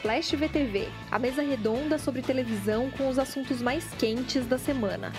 Splash VTV, a mesa redonda sobre televisão com os assuntos mais quentes da semana.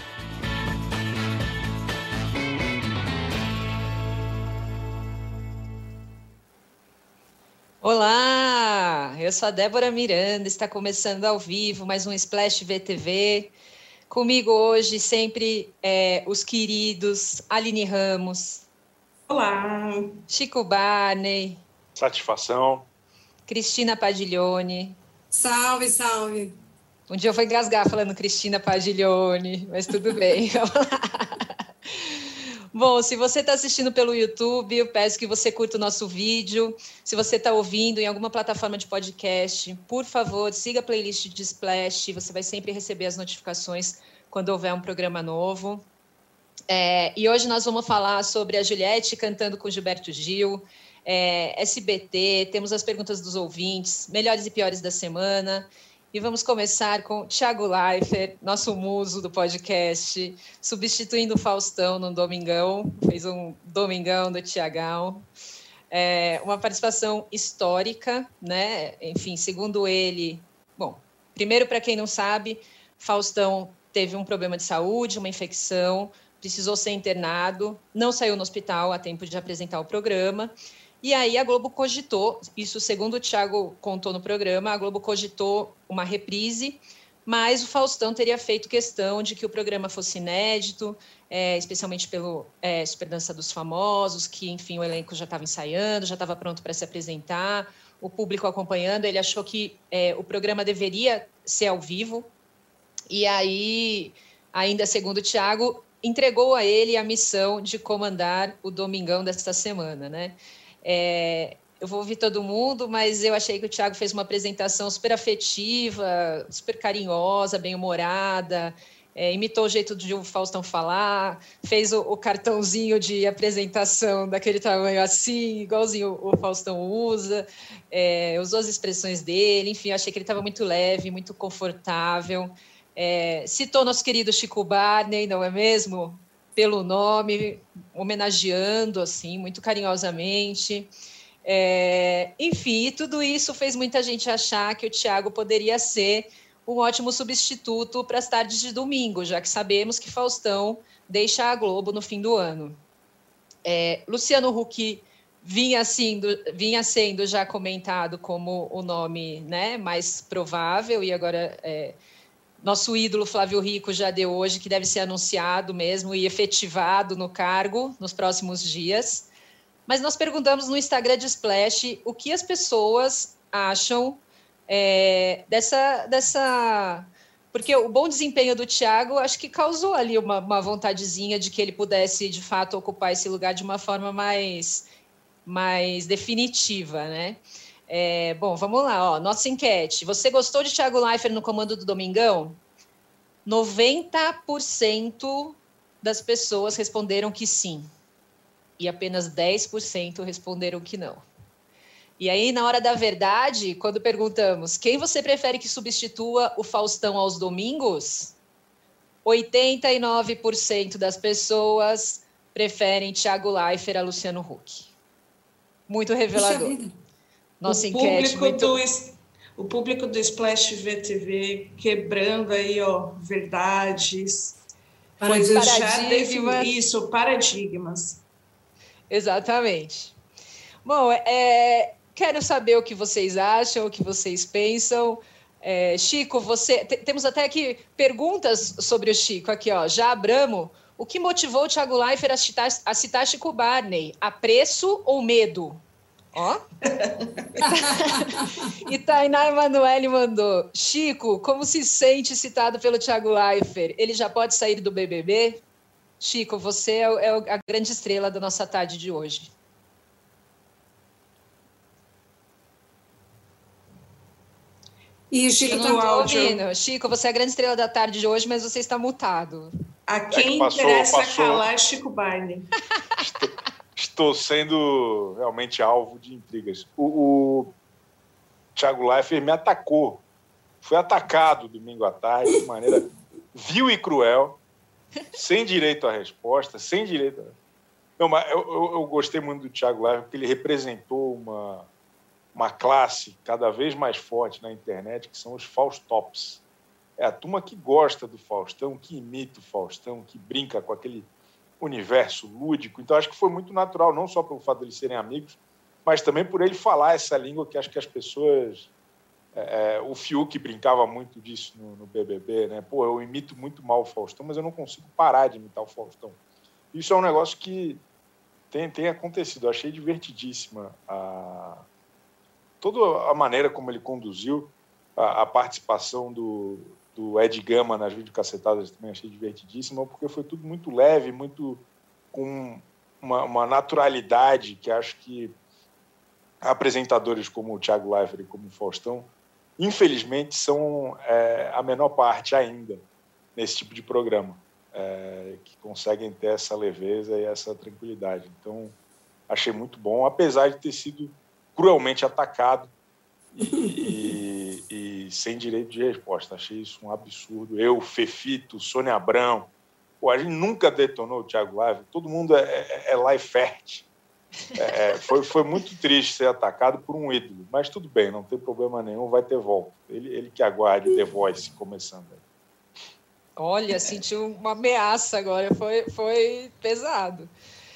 Olá, eu sou a Débora Miranda, está começando ao vivo mais um Splash VTV. Comigo hoje sempre os queridos Aline Ramos. Olá. Chico Barney. Satisfação. Cristina Padiglione. Salve, salve. Um dia eu vou engasgar falando Cristina Padiglione, mas tudo bem, vamos lá. Bom, se você está assistindo pelo YouTube, eu peço que você curta o nosso vídeo. Se você está ouvindo em alguma plataforma de podcast, por favor, siga a playlist de Splash. Você vai sempre receber as notificações quando houver um programa novo. E hoje nós vamos falar sobre a Juliette cantando com Gilberto Gil, SBT, temos as perguntas dos ouvintes, melhores e piores da semana. E vamos começar com Thiago Leifert, nosso muso do podcast, substituindo o Faustão no Domingão, fez um Domingão do Thiagão. Uma participação histórica, né? Enfim, segundo ele... Bom, primeiro, para quem não sabe, Faustão teve um problema de saúde, uma infecção, precisou ser internado, não saiu no hospital a tempo de apresentar o programa. E aí a Globo cogitou, isso segundo o Thiago contou no programa, a Globo cogitou uma reprise, mas o Faustão teria feito questão de que o programa fosse inédito, especialmente pelo Super Dança dos Famosos, que, enfim, o elenco já estava ensaiando, já estava pronto para se apresentar, o público acompanhando. Ele achou que o programa deveria ser ao vivo. E aí, ainda segundo o Thiago, entregou a ele a missão de comandar o Domingão desta semana, né? Eu vou ouvir todo mundo, mas eu achei que o Thiago fez uma apresentação super afetiva, super carinhosa, bem-humorada, imitou o jeito de o Faustão falar, fez o cartãozinho de apresentação daquele tamanho assim, igualzinho o Faustão usa, usou as expressões dele, enfim, achei que ele estava muito leve, muito confortável. Citou nosso querido Chico Barney, não é mesmo? Pelo nome, homenageando, assim, muito carinhosamente. Enfim, tudo isso fez muita gente achar que o Thiago poderia ser um ótimo substituto para as tardes de domingo, já que sabemos que Faustão deixa a Globo no fim do ano. Luciano Huck vinha sendo já comentado como o nome, né, mais provável, e agora... Nosso ídolo Flávio Rico já deu hoje que deve ser anunciado mesmo e efetivado no cargo nos próximos dias. Mas nós perguntamos no Instagram de Splash o que as pessoas acham dessa... Porque o bom desempenho do Thiago acho que causou ali uma vontadezinha de que ele pudesse, de fato, ocupar esse lugar de uma forma mais definitiva, né? Bom, vamos lá, ó, nossa enquete. Você gostou de Thiago Leifert no comando do Domingão? 90% das pessoas responderam que sim. E apenas 10% responderam que não. E aí, na hora da verdade, quando perguntamos quem você prefere que substitua o Faustão aos domingos, 89% das pessoas preferem Thiago Leifert a Luciano Huck. Muito revelador. Nossa enquete o público do Splash VTV quebrando aí, ó, verdades, coisas já definidas. Isso, paradigmas. Exatamente. Bom, quero saber o que vocês acham, o que vocês pensam. Chico, temos até aqui perguntas sobre o Chico. Aqui, ó, já abramo. O que motivou o Thiago Leifert a citar Chico Barney? Apreço ou medo? Ó. E Tainá Emanuele mandou: Chico, como se sente citado pelo Thiago Leifert? Ele já pode sair do BBB? Chico, você é a grande estrela da nossa tarde de hoje. E Chico tá ouvindo. Chico, você é a grande estrela da tarde de hoje, mas você está mutado. A quem interessa calar Chico Barney. Estou sendo realmente alvo de intrigas. O Thiago Leifert me atacou. Fui atacado domingo à tarde de maneira vil e cruel, sem direito à resposta, sem direito a... Não, mas eu gostei muito do Thiago Leifert porque ele representou uma classe cada vez mais forte na internet, que são os Faustops. É a turma que gosta do Faustão, que imita o Faustão, que brinca com aquele universo lúdico. Então, acho que foi muito natural, não só pelo fato de eles serem amigos, mas também por ele falar essa língua que acho que as pessoas... o Fiuk brincava muito disso no BBB, né? Pô, eu imito muito mal o Faustão, mas eu não consigo parar de imitar o Faustão. Isso é um negócio que tem acontecido. Eu achei divertidíssima toda a maneira como ele conduziu a participação do Ed Gama nas videocassetadas, também achei divertidíssima, porque foi tudo muito leve, muito com uma naturalidade que acho que apresentadores como o Thiago Leifert e como o Faustão, infelizmente, são a menor parte ainda nesse tipo de programa, que conseguem ter essa leveza e essa tranquilidade. Então, achei muito bom, apesar de ter sido cruelmente atacado e sem direito de resposta. Achei isso um absurdo. Eu, Fefito, Sônia Abrão, a gente nunca detonou o Thiago Leifert, todo mundo é Leifert. Foi muito triste ser atacado por um ídolo, mas tudo bem, não tem problema nenhum, vai ter volta. Ele que aguarde The Voice começando. Olha, sentiu uma ameaça agora, foi pesado.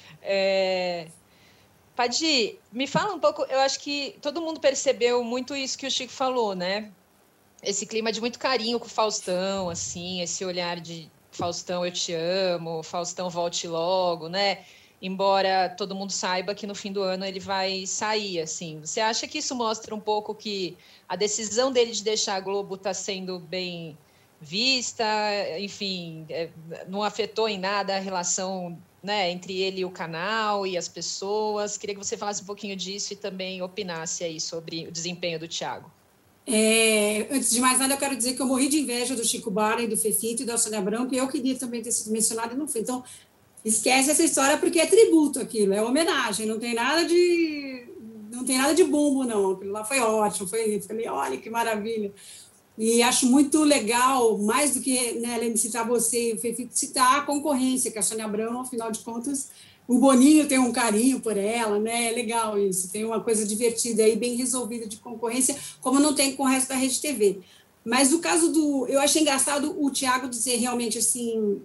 Padi, me fala um pouco, eu acho que todo mundo percebeu muito isso que o Chico falou, né? Esse clima de muito carinho com o Faustão, assim, esse olhar de Faustão, eu te amo, Faustão, volte logo, né? Embora todo mundo saiba que no fim do ano ele vai sair, assim. Você acha que isso mostra um pouco que a decisão dele de deixar a Globo está sendo bem vista, enfim, não afetou em nada a relação, né, entre ele e o canal e as pessoas? Queria que você falasse um pouquinho disso e também opinasse aí sobre o desempenho do Thiago. Antes de mais nada, eu quero dizer que eu morri de inveja do Chico Barney, do Fefito e da Sônia Abrão, que eu queria também ter sido mencionado e não fui. Então, esquece essa história porque é tributo aquilo, é homenagem, não tem nada de bumbo, não. Aquilo lá foi ótimo, eu falei, olha que maravilha. E acho muito legal, mais do que, né, além de citar você e o Fefito, citar a concorrência, que a Sônia Abrão, afinal de contas, o Boninho tem um carinho por ela, né? É legal isso, tem uma coisa divertida aí, bem resolvida de concorrência, como não tem com o resto da Rede TV. Mas no caso eu achei engraçado o Thiago dizer realmente assim,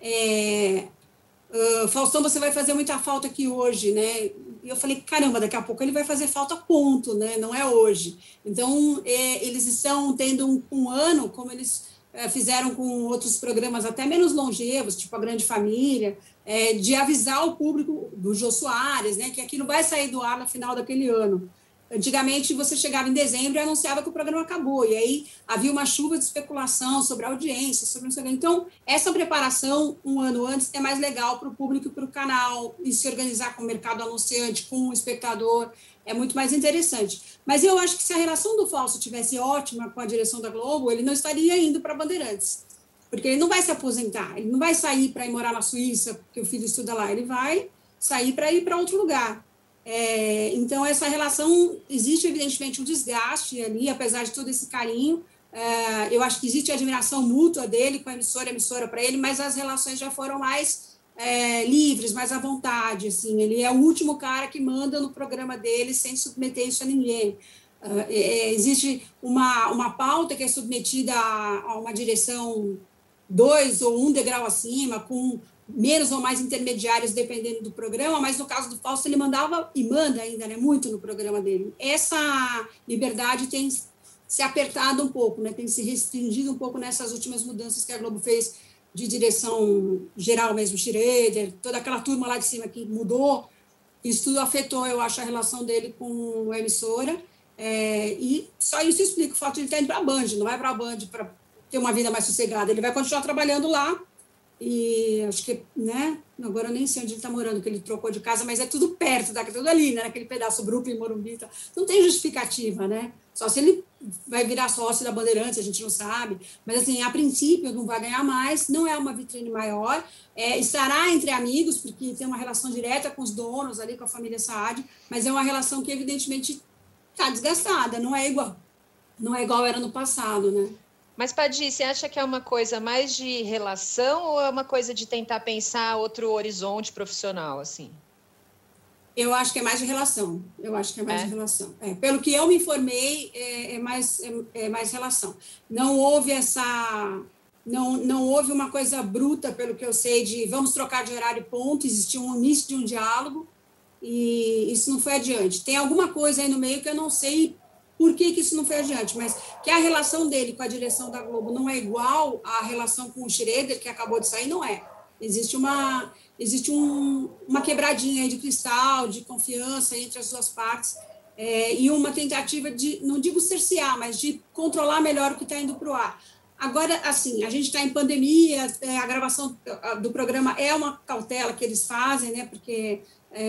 Faustão, você vai fazer muita falta aqui hoje, né? E eu falei, caramba, daqui a pouco ele vai fazer falta, ponto, né? Não é hoje. Então, eles estão tendo um ano, como eles fizeram com outros programas até menos longevos, tipo A Grande Família, de avisar o público do Jô Soares, né? Que aquilo vai sair do ar no final daquele ano. Antigamente, você chegava em dezembro e anunciava que o programa acabou, e aí havia uma chuva de especulação sobre a audiência, sobre não sei o quê. Então, essa preparação, um ano antes, é mais legal para o público e para o canal, e se organizar com o mercado anunciante, com o espectador, é muito mais interessante. Mas eu acho que se a relação do Fausto tivesse ótima com a direção da Globo, ele não estaria indo para Bandeirantes, porque ele não vai se aposentar, ele não vai sair para ir morar na Suíça, porque o filho estuda lá, ele vai sair para ir para outro lugar. Então, essa relação, existe evidentemente um desgaste ali, apesar de todo esse carinho. Eu acho que existe a admiração mútua dele com a emissora para ele, mas as relações já foram mais livres, mais à vontade. Assim. Ele é o último cara que manda no programa dele sem submeter isso a ninguém. Existe uma pauta que é submetida a uma direção 2 ou 1 degrau acima, com menos ou mais intermediários, dependendo do programa, mas no caso do Fausto, ele mandava, e manda ainda, né, muito no programa dele. Essa liberdade tem se apertado um pouco, né, tem se restringido um pouco nessas últimas mudanças que a Globo fez de direção geral mesmo, Schroeder, toda aquela turma lá de cima que mudou. Isso tudo afetou, eu acho, a relação dele com a emissora, e só isso explica o fato de ele estar indo para a Band, não vai para a Band para ter uma vida mais sossegada, ele vai continuar trabalhando lá. E acho que, né, agora eu nem sei onde ele está morando, que ele trocou de casa, mas é tudo perto, tudo ali, né, naquele pedaço, Brooklyn, Morumbi, tá. Não tem justificativa, né, só se ele vai virar sócio da Bandeirantes, a gente não sabe, mas assim, a princípio não vai ganhar mais, não é uma vitrine maior, estará entre amigos, porque tem uma relação direta com os donos ali, com a família Saad, mas é uma relação que evidentemente está desgastada, não é igual era no passado, né. Mas, Padi, você acha que é uma coisa mais de relação ou é uma coisa de tentar pensar outro horizonte profissional, assim? Eu acho que é mais de relação. De relação. Pelo que eu me informei, é mais relação. Não houve não houve uma coisa bruta, pelo que eu sei, de vamos trocar de horário e ponto. Existiu um início de um diálogo e isso não foi adiante. Tem alguma coisa aí no meio que eu não sei por que isso não foi adiante, mas que a relação dele com a direção da Globo não é igual à relação com o Schroeder, que acabou de sair, não é. Existe uma quebradinha aí de cristal, de confiança entre as duas partes, e uma tentativa de, não digo cercear, mas de controlar melhor o que está indo para o ar. Agora, assim, a gente está em pandemia, a gravação do programa é uma cautela que eles fazem, né, porque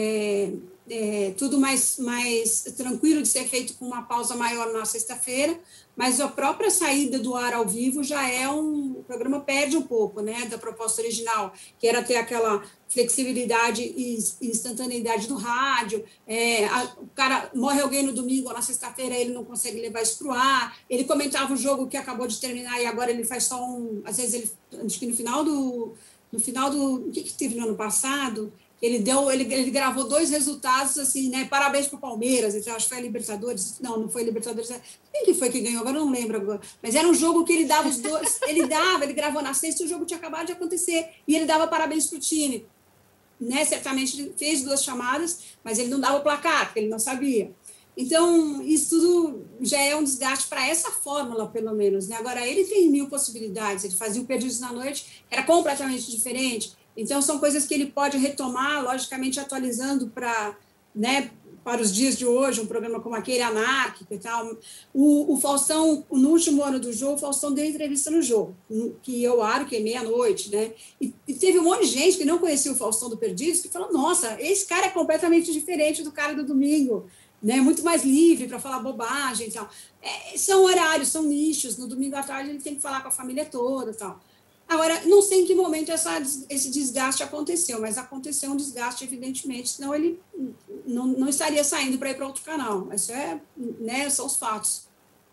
tudo mais tranquilo de ser feito com uma pausa maior na sexta-feira, mas a própria saída do ar ao vivo já o programa perde um pouco, né, da proposta original, que era ter aquela flexibilidade e instantaneidade do rádio, o cara morre alguém no domingo ou na sexta-feira, ele não consegue levar isso para o ar, ele comentava o jogo que acabou de terminar e agora ele faz só às vezes acho que no final do o que teve no ano passado, ele gravou 2 resultados, assim, né? Parabéns para o Palmeiras, então, acho que foi a Libertadores. Não foi a Libertadores. Quem que foi que ganhou? Agora eu não lembro agora. Mas era um jogo que ele dava os dois. Ele gravou na sexta e o jogo tinha acabado de acontecer. E ele dava parabéns para o time. Né? Certamente ele fez 2 chamadas, mas ele não dava o placar, porque ele não sabia. Então, isso tudo já é um desgaste para essa fórmula, pelo menos. Né? Agora, ele tem 1000 possibilidades. Ele fazia o Perdidos na Noite, era completamente diferente. Então, são coisas que ele pode retomar, logicamente atualizando para os dias de hoje, um programa como aquele, anárquico e tal. O Faustão, no último ano do jogo, o Faustão deu entrevista no jogo, que eu que é meia-noite, né? E teve um monte de gente que não conhecia o Faustão do Perdidos, que falou, nossa, esse cara é completamente diferente do cara do domingo, né? Muito mais livre para falar bobagem e tal. São horários, são nichos. No domingo à tarde ele tem que falar com a família toda e tal. Agora, não sei em que momento esse desgaste aconteceu, mas aconteceu um desgaste, evidentemente, senão ele não estaria saindo para ir para outro canal. Isso são os fatos.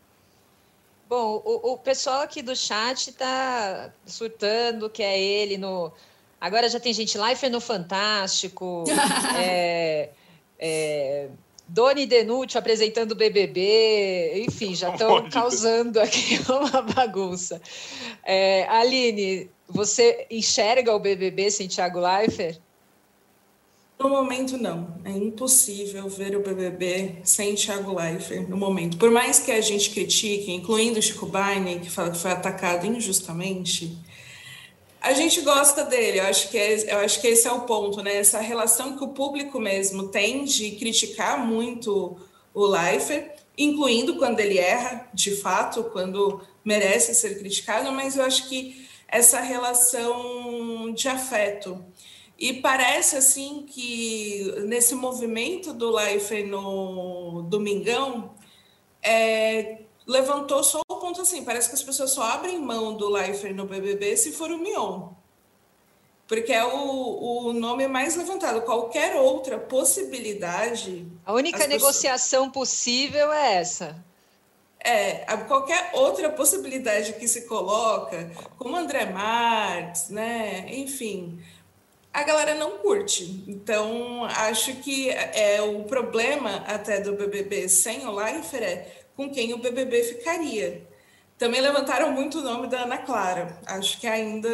Bom, o pessoal aqui do chat está surtando que é ele no... Agora já tem gente Leifert no Fantástico, Doni Denútil apresentando o BBB, enfim, já estão causando aqui uma bagunça. Aline, você enxerga o BBB sem Thiago Leifert? No momento, não. É impossível ver o BBB sem Thiago Leifert no momento. Por mais que a gente critique, incluindo o Chico Barney, que fala que foi atacado injustamente, a gente gosta dele. Eu acho que esse é o ponto, né? Essa relação que o público mesmo tem de criticar muito o Leifert, incluindo quando ele erra, de fato, quando merece ser criticado, mas eu acho que essa relação de afeto. E parece, assim, que nesse movimento do Leifert no Domingão, levantou só o ponto assim, parece que as pessoas só abrem mão do Leifert no BBB se for o Mion, porque é o nome mais levantado. Qualquer outra possibilidade... A única negociação possível é essa. Qualquer outra possibilidade que se coloca, como André Marques, né? Enfim, a galera não curte. Então, acho que o problema até do BBB sem o Leifert com quem o BBB ficaria. Também levantaram muito o nome da Ana Clara. Acho que ainda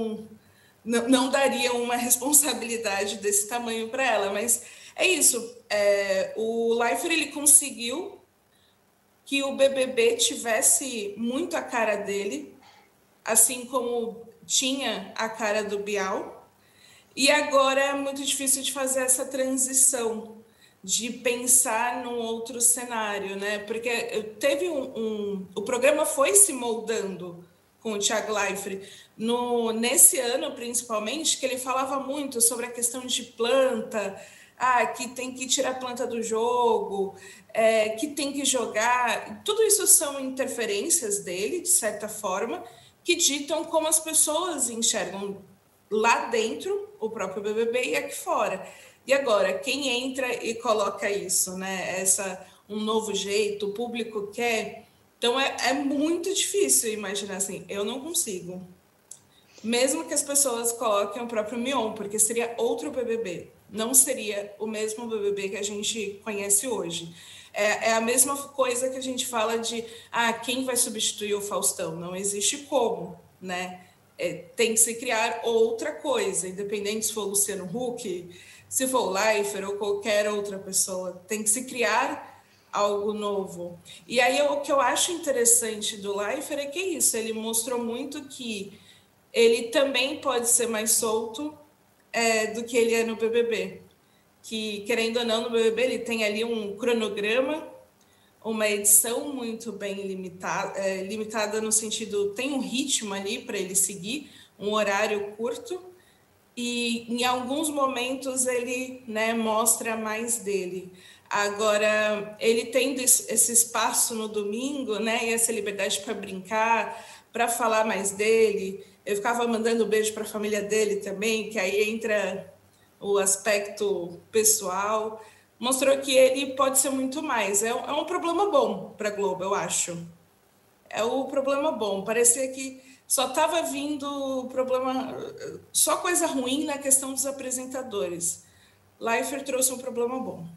não daria uma responsabilidade desse tamanho para ela, mas é isso. O Leifert, ele conseguiu que o BBB tivesse muito a cara dele, assim como tinha a cara do Bial, e agora é muito difícil de fazer essa transição, de pensar num outro cenário, né? Porque teve o programa foi se moldando com o Thiago Leifert nesse ano, principalmente, que ele falava muito sobre a questão de planta, que tem que tirar a planta do jogo, que tem que jogar. Tudo isso são interferências dele, de certa forma, que ditam como as pessoas enxergam lá dentro o próprio BBB e aqui fora. E agora, quem entra e coloca isso, né? Um novo jeito, o público quer. Então, é muito difícil imaginar assim. Eu não consigo. Mesmo que as pessoas coloquem o próprio Mion, porque seria outro BBB. Não seria o mesmo BBB que a gente conhece hoje. É a mesma coisa que a gente fala de quem vai substituir o Faustão? Não existe como, né? Tem que se criar outra coisa, independente se for o Luciano Huck, se for o Leifert ou qualquer outra pessoa. Tem que se criar algo novo. E aí o que eu acho interessante do Leifert é que é isso, ele mostrou muito que ele também pode ser mais solto do que ele é no BBB. Que, querendo ou não, no BBB ele tem ali um cronograma, uma edição muito bem limitada no sentido, tem um ritmo ali para ele seguir, um horário curto, e em alguns momentos ele, né, mostra mais dele. Agora, ele tendo esse espaço no domingo, né, e essa liberdade para brincar, para falar mais dele, eu ficava mandando beijo para a família dele também, que aí entra o aspecto pessoal, mostrou que ele pode ser muito mais. É um problema bom para a Globo, eu acho. É o problema bom. Parecia que só estava vindo problema, só coisa ruim na questão dos apresentadores. Leifert trouxe um problema bom.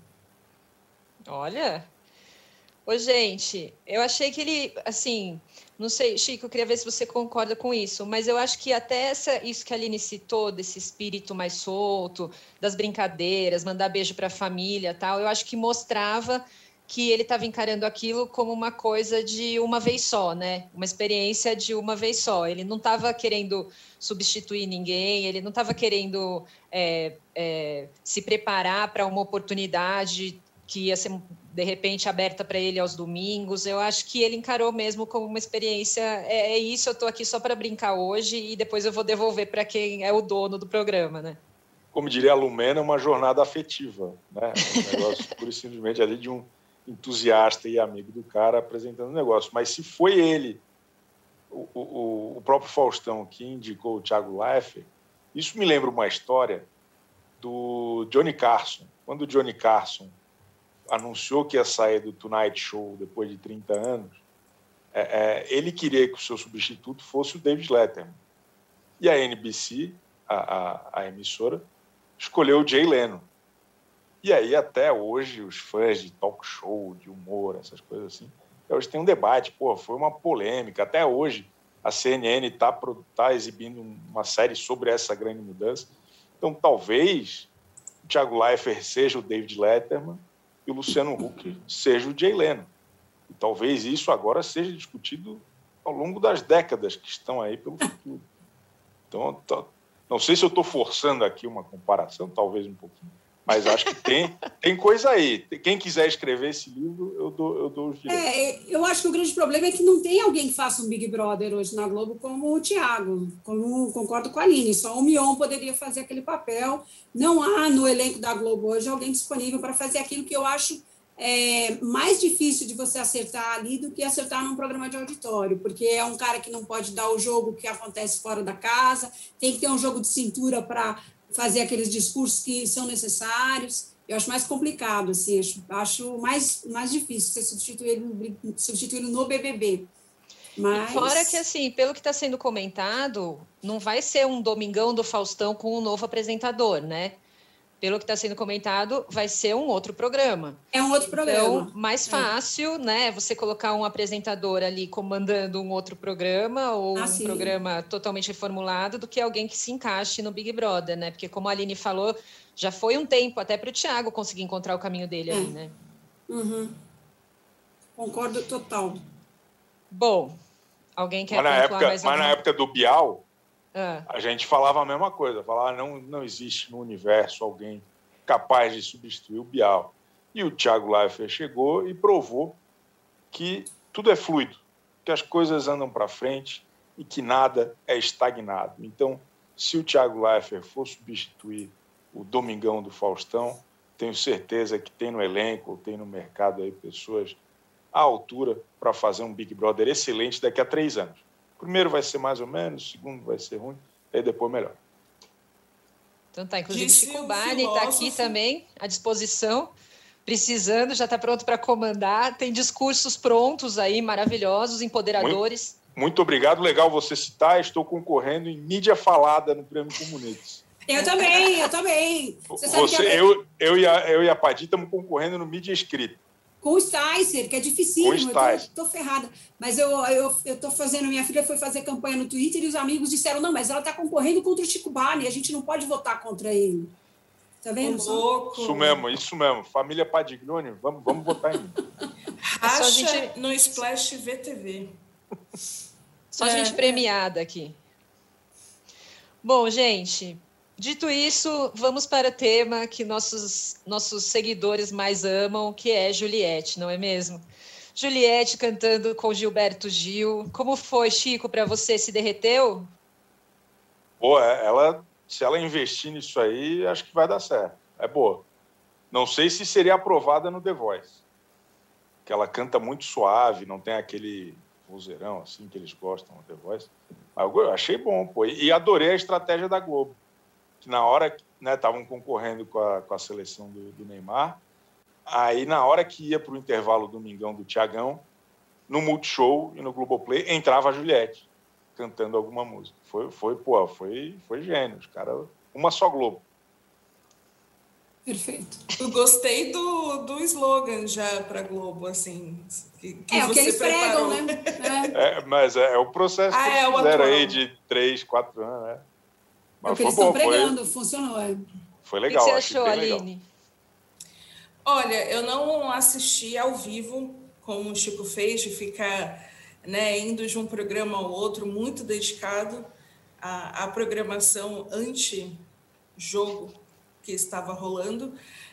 Olha, ô gente, eu achei que ele, assim, não sei, Chico, eu queria ver se você concorda com isso, mas eu acho que até isso que a Aline citou, desse espírito mais solto, das brincadeiras, mandar beijo para a família, tal, eu acho que mostrava que ele estava encarando aquilo como uma coisa de uma vez só, né? Uma experiência de uma vez só. Ele não estava querendo substituir ninguém, ele não estava querendo se preparar para uma oportunidade que ia ser, de repente, aberta para ele aos domingos. Eu acho que ele encarou mesmo como uma experiência, isso, eu estou aqui só para brincar hoje e depois eu vou devolver para quem é o dono do programa, né? Como diria a Lumena, uma jornada afetiva, né? Um negócio pura e simplesmente ali de um entusiasta e amigo do cara apresentando o negócio. Mas se foi ele, o próprio Faustão, que indicou o Thiago Leifert, isso me lembra uma história do Johnny Carson. Quando o Johnny Carson anunciou que ia sair do Tonight Show depois de 30 anos, ele queria que o seu substituto fosse o David Letterman. E a NBC, a emissora, escolheu o Jay Leno. E aí, até hoje, os fãs de talk show, de humor, essas coisas assim, hoje tem um debate, foi uma polêmica. Até hoje, a CNN está exibindo uma série sobre essa grande mudança. Então, talvez o Thiago Leifert seja o David Letterman e o Luciano Huck seja o Jay Leno. E talvez isso agora seja discutido ao longo das décadas que estão aí pelo futuro. Então, não sei se eu estou forçando aqui uma comparação, talvez um pouquinho, mas acho que tem coisa aí. Quem quiser escrever esse livro, eu dou os direitos. Eu acho que o grande problema é que não tem alguém que faça um Big Brother hoje na Globo como o Thiago. Concordo com a Aline, só o Mion poderia fazer aquele papel. Não há no elenco da Globo hoje alguém disponível para fazer aquilo que eu acho mais difícil de você acertar ali do que acertar num programa de auditório, porque é um cara que não pode dar o jogo que acontece fora da casa, tem que ter um jogo de cintura para fazer aqueles discursos que são necessários. Eu acho mais complicado, assim, acho mais difícil você substituí-lo no BBB. Mas... Fora que, assim, pelo que está sendo comentado, não vai ser um Domingão do Faustão com um novo apresentador, né? Pelo que está sendo comentado, vai ser um outro programa. É um outro programa. Então, mais fácil, né? Você colocar um apresentador ali comandando um outro programa ou um programa totalmente reformulado do que alguém que se encaixe no Big Brother, né? Porque, como a Aline falou, já foi um tempo até para o Thiago conseguir encontrar o caminho dele ali, né? Uhum. Concordo total. Bom, alguém quer pontuar mais alguma? Mas na época do Bial, a gente falava a mesma coisa, falava não existe no universo alguém capaz de substituir o Bial. E o Thiago Leifert chegou e provou que tudo é fluido, que as coisas andam para frente e que nada é estagnado. Então, se o Thiago Leifert for substituir o Domingão do Faustão, tenho certeza que tem no elenco, tem no mercado aí pessoas à altura para fazer um Big Brother excelente daqui a 3 anos. Primeiro vai ser mais ou menos, o segundo vai ser ruim, aí depois melhor. Então tá, inclusive Chico Barney está aqui também, à disposição, precisando, já está pronto para comandar, tem discursos prontos aí, maravilhosos, empoderadores. Muito obrigado, legal você citar, estou concorrendo em mídia falada no Prêmio Comunites. Eu também. Você sabe eu e a Padi estamos concorrendo no mídia escrita. Com o Sticer, que é dificílimo, eu tô ferrada. Mas eu tô fazendo, minha filha foi fazer campanha no Twitter e os amigos disseram, não, mas ela está concorrendo contra o Chico Barney, a gente não pode votar contra ele. Tá vendo? Louco. Isso mesmo. Família Padiglione, vamos votar em mim. Racha no Splash VTV. Só gente premiada aqui. Bom, gente, dito isso, vamos para o tema que nossos seguidores mais amam, que é Juliette, não é mesmo? Juliette cantando com Gilberto Gil. Como foi, Chico, para você? Se derreteu? Pô, se ela investir nisso aí, acho que vai dar certo. É boa. Não sei se seria aprovada no The Voice. Que ela canta muito suave, não tem aquele vozeirão assim que eles gostam no The Voice. Mas eu achei bom, pô. E adorei a estratégia da Globo. Que na hora que estavam concorrendo com a seleção do Neymar, aí na hora que ia para o intervalo domingão do Thiagão, no Multishow e no Globoplay, entrava a Juliette cantando alguma música. Foi gênio. Os caras, uma só Globo. Perfeito. Eu gostei do slogan já para Globo, assim. O que eles pregam, né? Mas é o processo que eles fizeram aí de 3, 4 anos, né? Mas é o que eles estão pregando, funcionou. Foi legal. O que você achou, Aline? Legal. Olha, eu não assisti ao vivo, como o Chico fez, de ficar indo de um programa ao outro, muito dedicado à programação anti-jogo que estava rolando.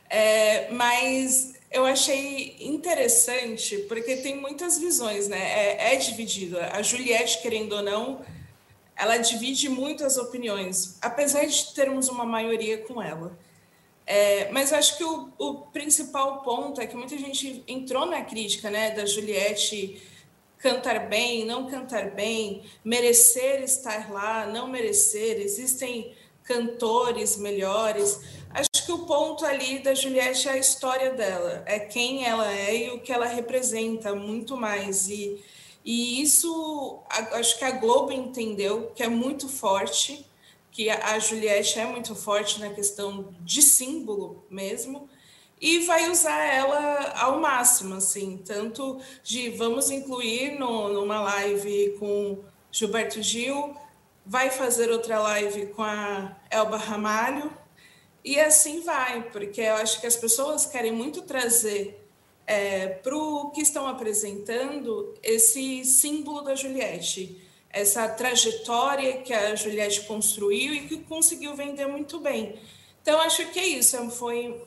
Mas eu achei interessante, porque tem muitas visões, né? É dividido. A Juliette, querendo ou não, ela divide muito as opiniões, apesar de termos uma maioria com ela. Mas eu acho que o principal ponto é que muita gente entrou na crítica, né, da Juliette cantar bem, não cantar bem, merecer estar lá, não merecer, existem cantores melhores. Acho que o ponto ali da Juliette é a história dela, é quem ela é e o que ela representa, muito mais. E isso, acho que a Globo entendeu que é muito forte, que a Juliette é muito forte na questão de símbolo mesmo, e vai usar ela ao máximo, assim, tanto de vamos incluir numa live com Gilberto Gil, vai fazer outra live com a Elba Ramalho, e assim vai, porque eu acho que as pessoas querem muito trazer para o que estão apresentando esse símbolo da Juliette, essa trajetória que a Juliette construiu e que conseguiu vender muito bem. Então, acho que é isso. Foi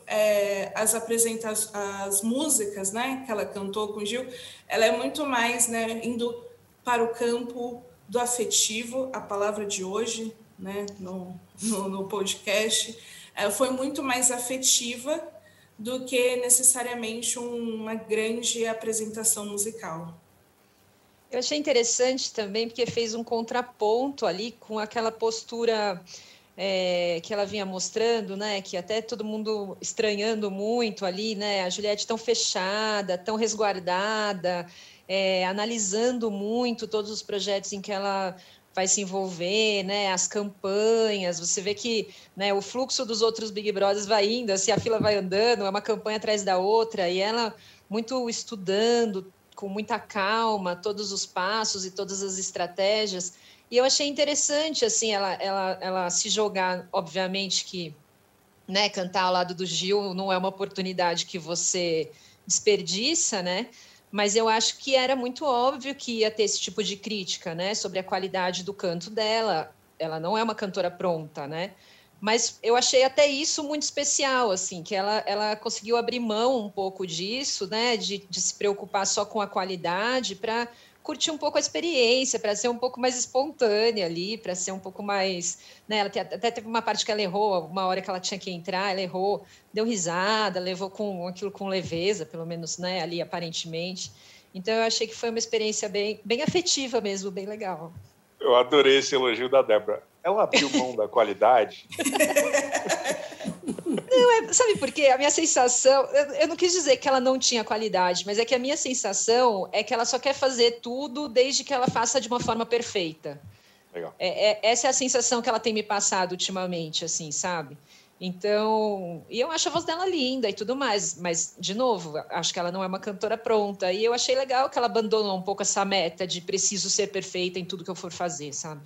as músicas, né, que ela cantou com o Gil, ela é muito mais, né, indo para o campo do afetivo, a palavra de hoje, né, no podcast, foi muito mais afetiva do que necessariamente uma grande apresentação musical. Eu achei interessante também, porque fez um contraponto ali com aquela postura que ela vinha mostrando, né, que até todo mundo estranhando muito ali, né, a Juliette tão fechada, tão resguardada, analisando muito todos os projetos em que ela vai se envolver, né, as campanhas, você vê que, né, o fluxo dos outros Big Brothers vai indo, assim, a fila vai andando, é uma campanha atrás da outra, e ela muito estudando, com muita calma, todos os passos e todas as estratégias, e eu achei interessante, assim, ela se jogar, obviamente que, né, cantar ao lado do Gil não é uma oportunidade que você desperdiça, né, mas eu acho que era muito óbvio que ia ter esse tipo de crítica, né, sobre a qualidade do canto dela. Ela não é uma cantora pronta, né, mas eu achei até isso muito especial, assim, que ela conseguiu abrir mão um pouco disso, né, de se preocupar só com a qualidade para curtir um pouco a experiência, para ser um pouco mais espontânea ali, para ser um pouco mais, né, ela até teve uma parte que ela errou, uma hora que ela tinha que entrar, ela errou, deu risada, levou aquilo com leveza, pelo menos, né, ali aparentemente. Então eu achei que foi uma experiência bem afetiva mesmo, bem legal. Eu adorei esse elogio da Débora. Ela abriu mão da qualidade? Não, sabe por quê? A minha sensação... Eu não quis dizer que ela não tinha qualidade, mas é que a minha sensação é que ela só quer fazer tudo desde que ela faça de uma forma perfeita. Legal. Essa é a sensação que ela tem me passado ultimamente, assim, sabe? Então, e eu acho a voz dela linda e tudo mais, mas, de novo, acho que ela não é uma cantora pronta. E eu achei legal que ela abandonou um pouco essa meta de preciso ser perfeita em tudo que eu for fazer, sabe?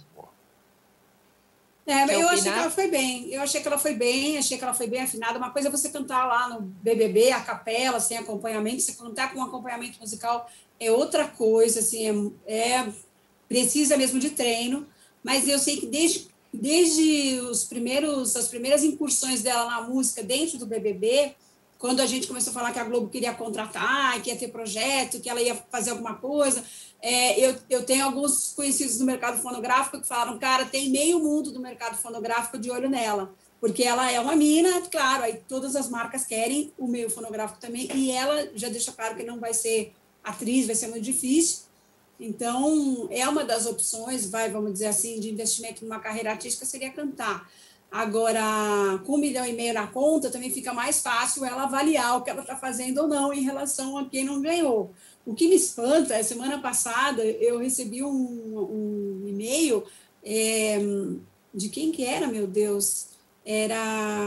Eu achei que ela foi bem. Achei que ela foi bem afinada. Uma coisa é você cantar lá no BBB, a capela, sem acompanhamento. Você cantar com um acompanhamento musical é outra coisa, assim, precisa mesmo de treino. Mas eu sei que desde as primeiras incursões dela na música dentro do BBB, quando a gente começou a falar que a Globo queria contratar, que ia ter projeto, que ela ia fazer alguma coisa, eu tenho alguns conhecidos do mercado fonográfico que falaram, cara, tem meio mundo do mercado fonográfico de olho nela, porque ela é uma mina, claro, aí todas as marcas querem o meio fonográfico também, e ela já deixa claro que não vai ser atriz, vai ser muito difícil. Então, é uma das opções, vamos dizer assim, de investimento numa carreira artística, seria cantar. Agora, com 1,5 milhão na conta, também fica mais fácil ela avaliar o que ela está fazendo ou não em relação a quem não ganhou. O que me espanta, semana passada, eu recebi um e-mail de quem que era, meu Deus? Era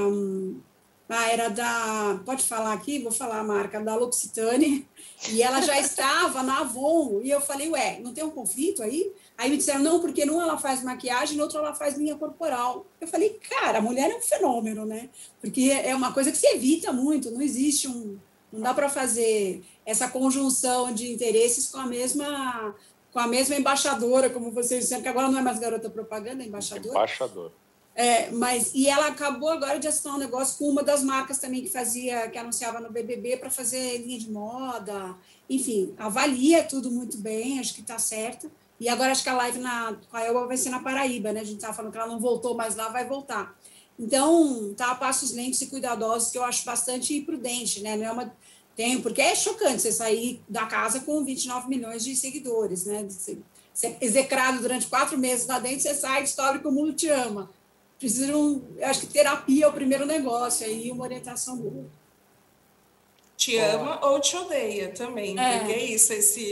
da... Pode falar aqui? Vou falar a marca, da L'Occitane. E ela já estava na Avon. E eu falei, não tem um conflito aí? Aí me disseram, não, porque numa ela faz maquiagem, na outra ela faz linha corporal. Eu falei, cara, a mulher é um fenômeno, né? Porque é uma coisa que se evita muito, não existe não dá para fazer essa conjunção de interesses com a mesma embaixadora, como vocês disseram, que agora não é mais garota propaganda, é embaixadora. Embaixadora. E ela acabou agora de assinar um negócio com uma das marcas também que anunciava no BBB para fazer linha de moda. Enfim, avalia tudo muito bem, acho que está certo. E agora acho que a live com a Elba vai ser na Paraíba, né? A gente estava falando que ela não voltou, mas lá vai voltar. Então, tá a passos lentos e cuidadosos, que eu acho bastante prudente, né? Não é porque é chocante você sair da casa com 29 milhões de seguidores, né? Você é execrado durante 4 meses lá dentro, você sai e descobre que o mundo te ama. Eu acho que terapia é o primeiro negócio, aí uma orientação boa. Te ama ou te odeia também, porque é isso,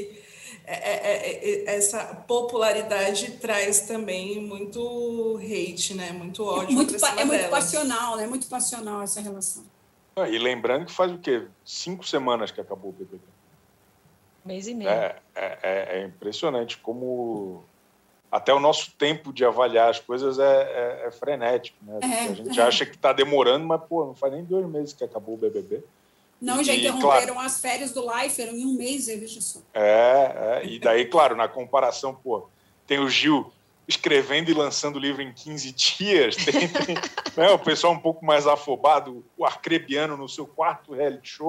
essa popularidade traz também muito hate, né? Muito ódio. Muito passional, né? Muito passional essa relação. E lembrando que faz o quê? 5 semanas que acabou o BBB. Mês e meio. É impressionante como até o nosso tempo de avaliar as coisas é frenético, né? A gente acha que está demorando, mas, não faz nem 2 meses que acabou o BBB. Não, já interromperam as férias do Leifert em 1 mês, veja só. E daí, claro, na comparação, tem o Gil escrevendo e lançando o livro em 15 dias, tem né, o pessoal um pouco mais afobado, o Arcrebiano no seu 4º reality show,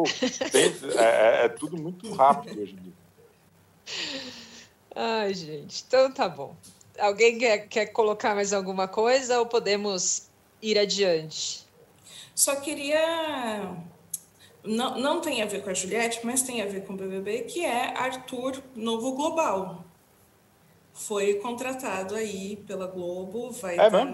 é tudo muito rápido hoje em dia. Ai, gente, então tá bom. Alguém quer colocar mais alguma coisa ou podemos ir adiante? Só queria... Não tem a ver com a Juliette, mas tem a ver com o BBB, que é Arthur Novo Global. Foi contratado aí pela Globo, vai estar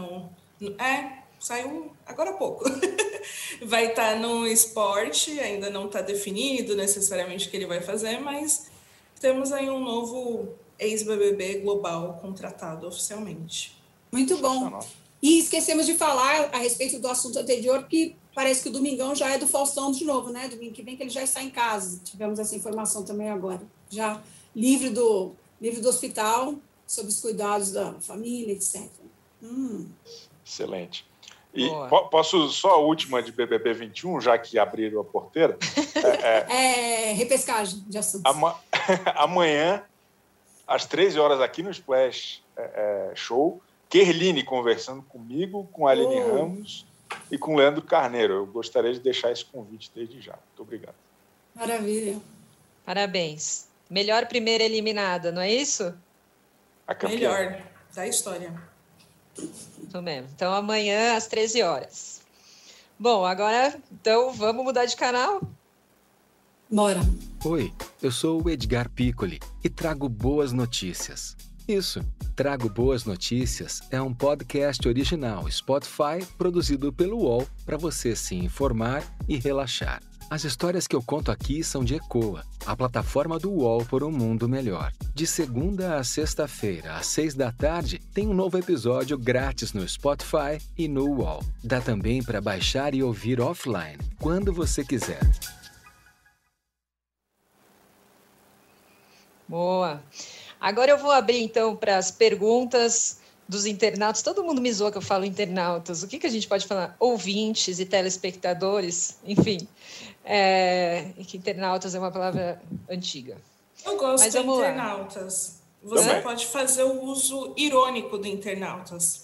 saiu agora há pouco. Vai estar no esporte, ainda não está definido necessariamente o que ele vai fazer, mas temos aí um novo ex-BBB global contratado oficialmente. Muito bom. E esquecemos de falar a respeito do assunto anterior, que parece que o Domingão já é do Faustão de novo, né? Domingo que vem que ele já está em casa. Tivemos essa informação também agora. Já livre do hospital, sob os cuidados da família, etc. Excelente. E posso só a última de BBB 21, já que abriram a porteira? Repescagem de assuntos. Amanhã, às 13 horas, aqui no Splash Show, Kerline conversando comigo, com a Aline Ramos e com o Leandro Carneiro. Eu gostaria de deixar esse convite desde já. Muito obrigado. Maravilha. Parabéns. Melhor primeira eliminada, não é isso? Melhor da história. Isso mesmo. Então, amanhã, às 13 horas. Bom, agora, então, vamos mudar de canal? Bora. Oi, eu sou o Edgar Piccoli e trago boas notícias. Isso, Trago Boas Notícias é um podcast original Spotify produzido pelo UOL para você se informar e relaxar. As histórias que eu conto aqui são de Ecoa, a plataforma do UOL por um mundo melhor. De segunda a sexta-feira, às 6 da tarde, tem um novo episódio grátis no Spotify e no UOL. Dá também para baixar e ouvir offline, quando você quiser. Boa. Agora eu vou abrir, então, para as perguntas dos internautas. Todo mundo me zoa que eu falo internautas. O que a gente pode falar? Ouvintes e telespectadores, enfim. Que internautas é uma palavra antiga. Eu gosto de internautas. Você Também. pode fazer o uso irônico do internautas.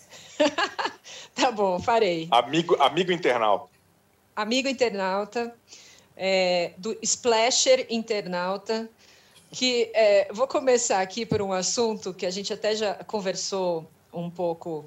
Tá bom, farei. Amigo internauta. Amigo internauta, do Splasher internauta, que vou começar aqui por um assunto que a gente até já conversou um pouco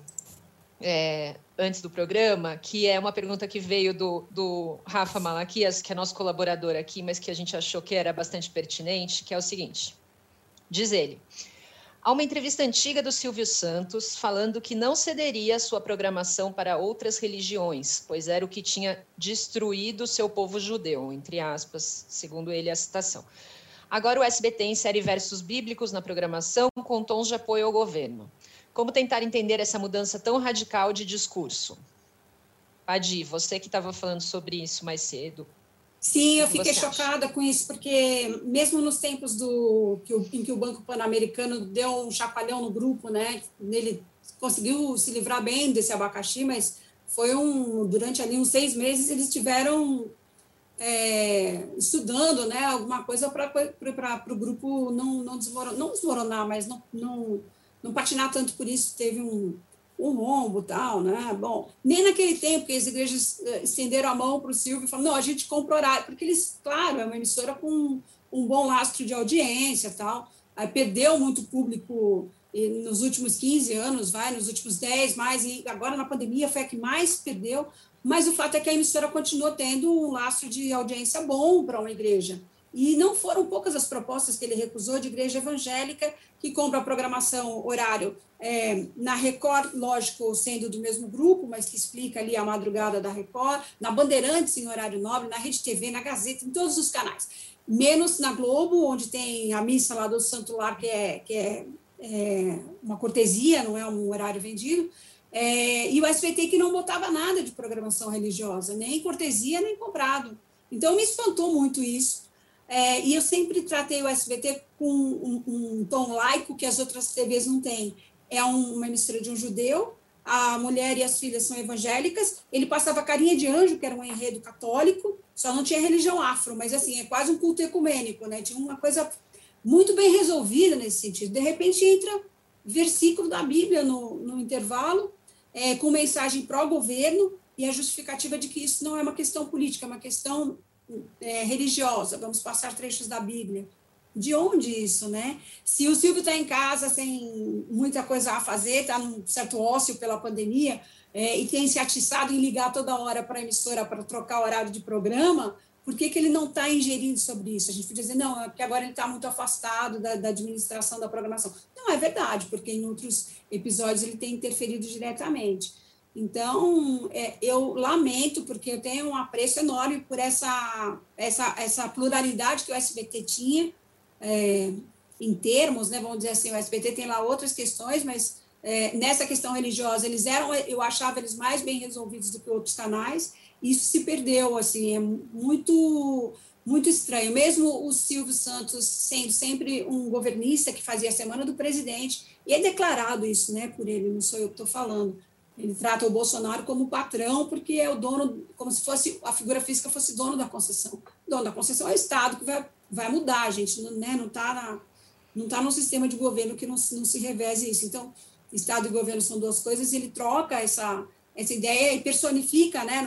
antes do programa, que é uma pergunta que veio do Rafa Malaquias, que é nosso colaborador aqui, mas que a gente achou que era bastante pertinente, que é o seguinte. Diz ele: há uma entrevista antiga do Silvio Santos falando que não cederia a sua programação para outras religiões, pois era o que tinha destruído seu povo judeu, entre aspas, segundo ele a citação. Agora o SBT insere versos bíblicos na programação com tons de apoio ao governo. Como tentar entender essa mudança tão radical de discurso? Adi, você que estava falando sobre isso mais cedo. Sim, eu fiquei chocada com isso, porque mesmo nos tempos em que o Banco Pan-Americano deu um chacoalhão no grupo, né, ele conseguiu se livrar bem desse abacaxi, mas foi durante ali uns 6 meses eles tiveram estudando, né, alguma coisa para o grupo não desmoronar, mas não patinar tanto por isso, teve um rombo e tal, né? Bom, nem naquele tempo que as igrejas estenderam a mão para o Silvio e falaram, não, a gente compra horário, porque eles, claro, é uma emissora com um bom lastro de audiência e tal, aí perdeu muito público nos últimos 15 anos, nos últimos 10 mais, e agora na pandemia foi a que mais perdeu, mas o fato é que a emissora continuou tendo um lastro de audiência bom para uma igreja. E não foram poucas as propostas que ele recusou de igreja evangélica que compra a programação horário na Record, lógico, sendo do mesmo grupo, mas que explica ali a madrugada da Record, na Bandeirantes em horário nobre, na Rede TV, na Gazeta, em todos os canais. Menos na Globo, onde tem a missa lá do Santo Lar, que é uma cortesia, não é um horário vendido, e o SBT que não botava nada de programação religiosa, nem cortesia, nem comprado. Então, me espantou muito isso. E eu sempre tratei o SBT com um tom laico que as outras TVs não têm. É uma emissora de um judeu, a mulher e as filhas são evangélicas, ele passava Carinha de Anjo, que era um enredo católico, só não tinha religião afro, mas assim, é quase um culto ecumênico, né? Tinha uma coisa muito bem resolvida nesse sentido. De repente entra versículo da Bíblia no intervalo, com mensagem pró-governo, e a justificativa de que isso não é uma questão política, é uma questão religiosa, vamos passar trechos da Bíblia. De onde isso, né? Se o Silvio está em casa sem muita coisa a fazer, está num certo ócio pela pandemia, e tem se atiçado em ligar toda hora para a emissora para trocar o horário de programa, por que ele não está ingerindo sobre isso? A gente podia dizer, não, é porque agora ele está muito afastado da administração da programação. Não é verdade, porque em outros episódios ele tem interferido diretamente. Então, eu lamento, porque eu tenho um apreço enorme por essa pluralidade que o SBT tinha, em termos, né, vamos dizer assim, o SBT tem lá outras questões, mas nessa questão religiosa, eu achava eles mais bem resolvidos do que outros canais, e isso se perdeu, assim, é muito, muito estranho. Mesmo o Silvio Santos sendo sempre um governista que fazia a Semana do Presidente, e é declarado isso, né, por ele, não sou eu que estou falando. Ele trata o Bolsonaro como patrão, porque é o dono, como se fosse a figura física fosse dono da concessão. O dono da concessão é o Estado, que vai mudar, a gente, né? Não está num sistema de governo que não se reveze isso. Então, Estado e governo são duas coisas, e ele troca essa ideia e personifica, né,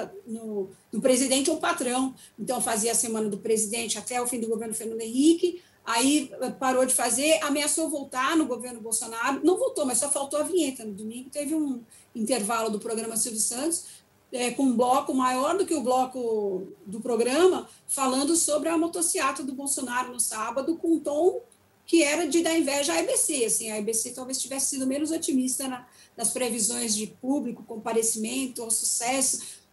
no presidente ou patrão. Então, fazia a Semana do Presidente até o fim do governo Fernando Henrique, aí parou de fazer, ameaçou voltar no governo Bolsonaro, não voltou, mas só faltou a vinheta. No domingo teve um intervalo do programa Silvio Santos, com um bloco maior do que o bloco do programa, falando sobre a motociata do Bolsonaro no sábado, com um tom que era de dar inveja à EBC. Assim, a EBC talvez tivesse sido menos otimista nas previsões de público, comparecimento, ou sucesso.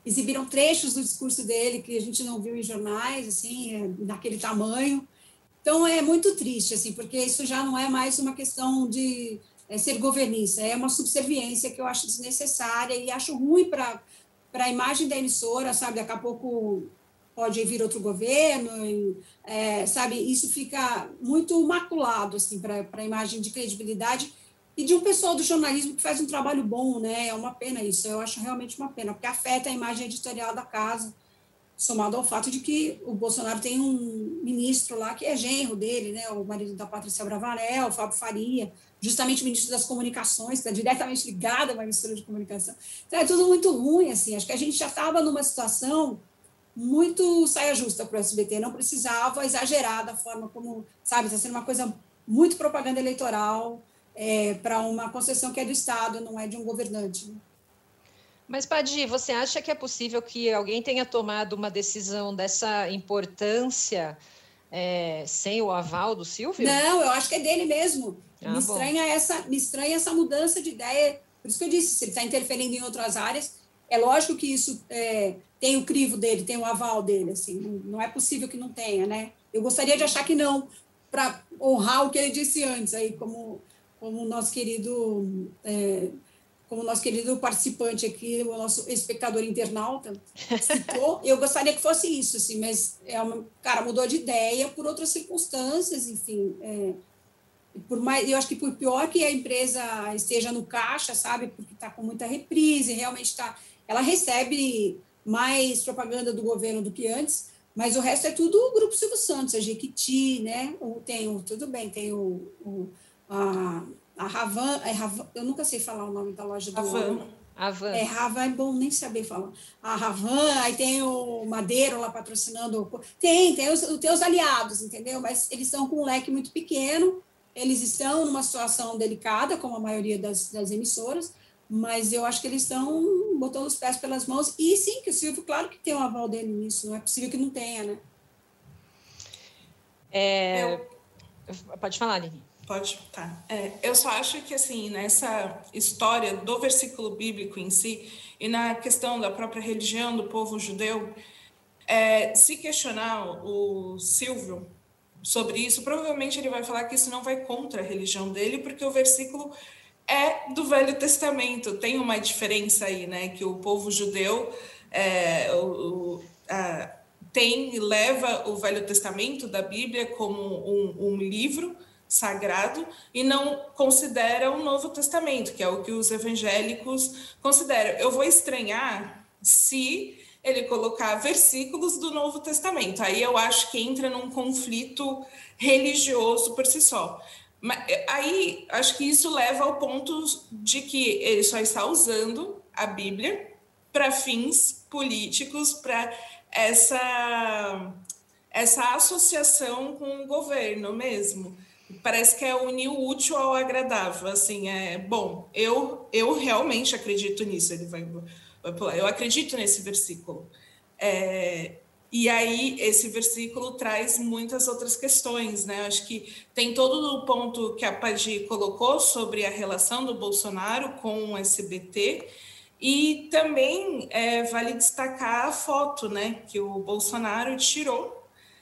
exibiram trechos do discurso dele que a gente não viu em jornais, assim, naquele tamanho. Então, é muito triste, assim, porque isso já não é mais uma questão de ser governista, é uma subserviência que eu acho desnecessária e acho ruim para a imagem da emissora, sabe? Daqui a pouco pode vir outro governo, sabe? Isso fica muito maculado, assim, para a imagem de credibilidade e de um pessoal do jornalismo que faz um trabalho bom, né? É uma pena isso, eu acho realmente uma pena, porque afeta a imagem editorial da casa, somado ao fato de que o Bolsonaro tem um ministro lá que é genro dele, né, o marido da Patrícia Bravanel, o Fábio Faria, justamente o ministro das Comunicações, que está diretamente ligado a uma emissora de comunicação. Então, é tudo muito ruim, assim. Acho que a gente já estava numa situação muito saia justa para o SBT, não precisava exagerar da forma como, sabe, está sendo uma coisa muito propaganda eleitoral para uma concessão que é do Estado, não é de um governante, né? Mas, Padi, você acha que é possível que alguém tenha tomado uma decisão dessa importância sem o aval do Silvio? Não, eu acho que é dele mesmo. Me estranha essa mudança de ideia. Por isso que eu disse, se ele está interferindo em outras áreas, é lógico que isso tem o crivo dele, tem o aval dele. Assim, não é possível que não tenha, né? Eu gostaria de achar que não, para honrar o que ele disse antes, aí, como o nosso querido... como o nosso querido participante aqui, o nosso espectador internauta citou, eu gostaria que fosse isso, assim, mas cara, mudou de ideia por outras circunstâncias, enfim. Eu acho que por pior que a empresa esteja no caixa, sabe, porque está com muita reprise, realmente ela recebe mais propaganda do governo do que antes, mas o resto é tudo o Grupo Silvio Santos, a Jequiti, né? Tudo bem, tem a Ravan, eu nunca sei falar o nome da loja do Ravan. Ravan é bom nem saber falar. A Ravan, aí tem o Madeiro lá patrocinando. Tem os aliados, entendeu? Mas eles estão com um leque muito pequeno, eles estão numa situação delicada, como a maioria das emissoras, mas eu acho que eles estão botando os pés pelas mãos. E sim, que o Silvio, claro que tem o aval dele nisso, não é possível que não tenha, né? Pode falar, Lili. Pode, tá. Eu só acho que, assim, nessa história do versículo bíblico em si e na questão da própria religião do povo judeu, se questionar o Silvio sobre isso, provavelmente ele vai falar que isso não vai contra a religião dele, porque o versículo é do Velho Testamento. Tem uma diferença aí, né? Que o povo judeu leva o Velho Testamento da Bíblia como um livro sagrado e não considera o Novo Testamento, que é o que os evangélicos consideram. Eu vou estranhar se ele colocar versículos do Novo Testamento. Aí eu acho que entra num conflito religioso por si só. Mas aí acho que isso leva ao ponto de que ele só está usando a Bíblia para fins políticos, para essa associação com o governo mesmo. Parece que é unir o útil ao agradável, assim, bom, eu realmente acredito nisso, ele vai pular, eu acredito nesse versículo, e aí esse versículo traz muitas outras questões, né, acho que tem todo o ponto que a Padi colocou sobre a relação do Bolsonaro com o SBT, e também vale destacar a foto, né, que o Bolsonaro tirou,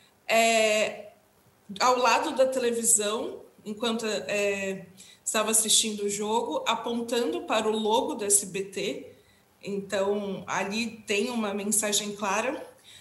ao lado da televisão, enquanto estava assistindo o jogo, apontando para o logo do SBT. Então, ali tem uma mensagem clara.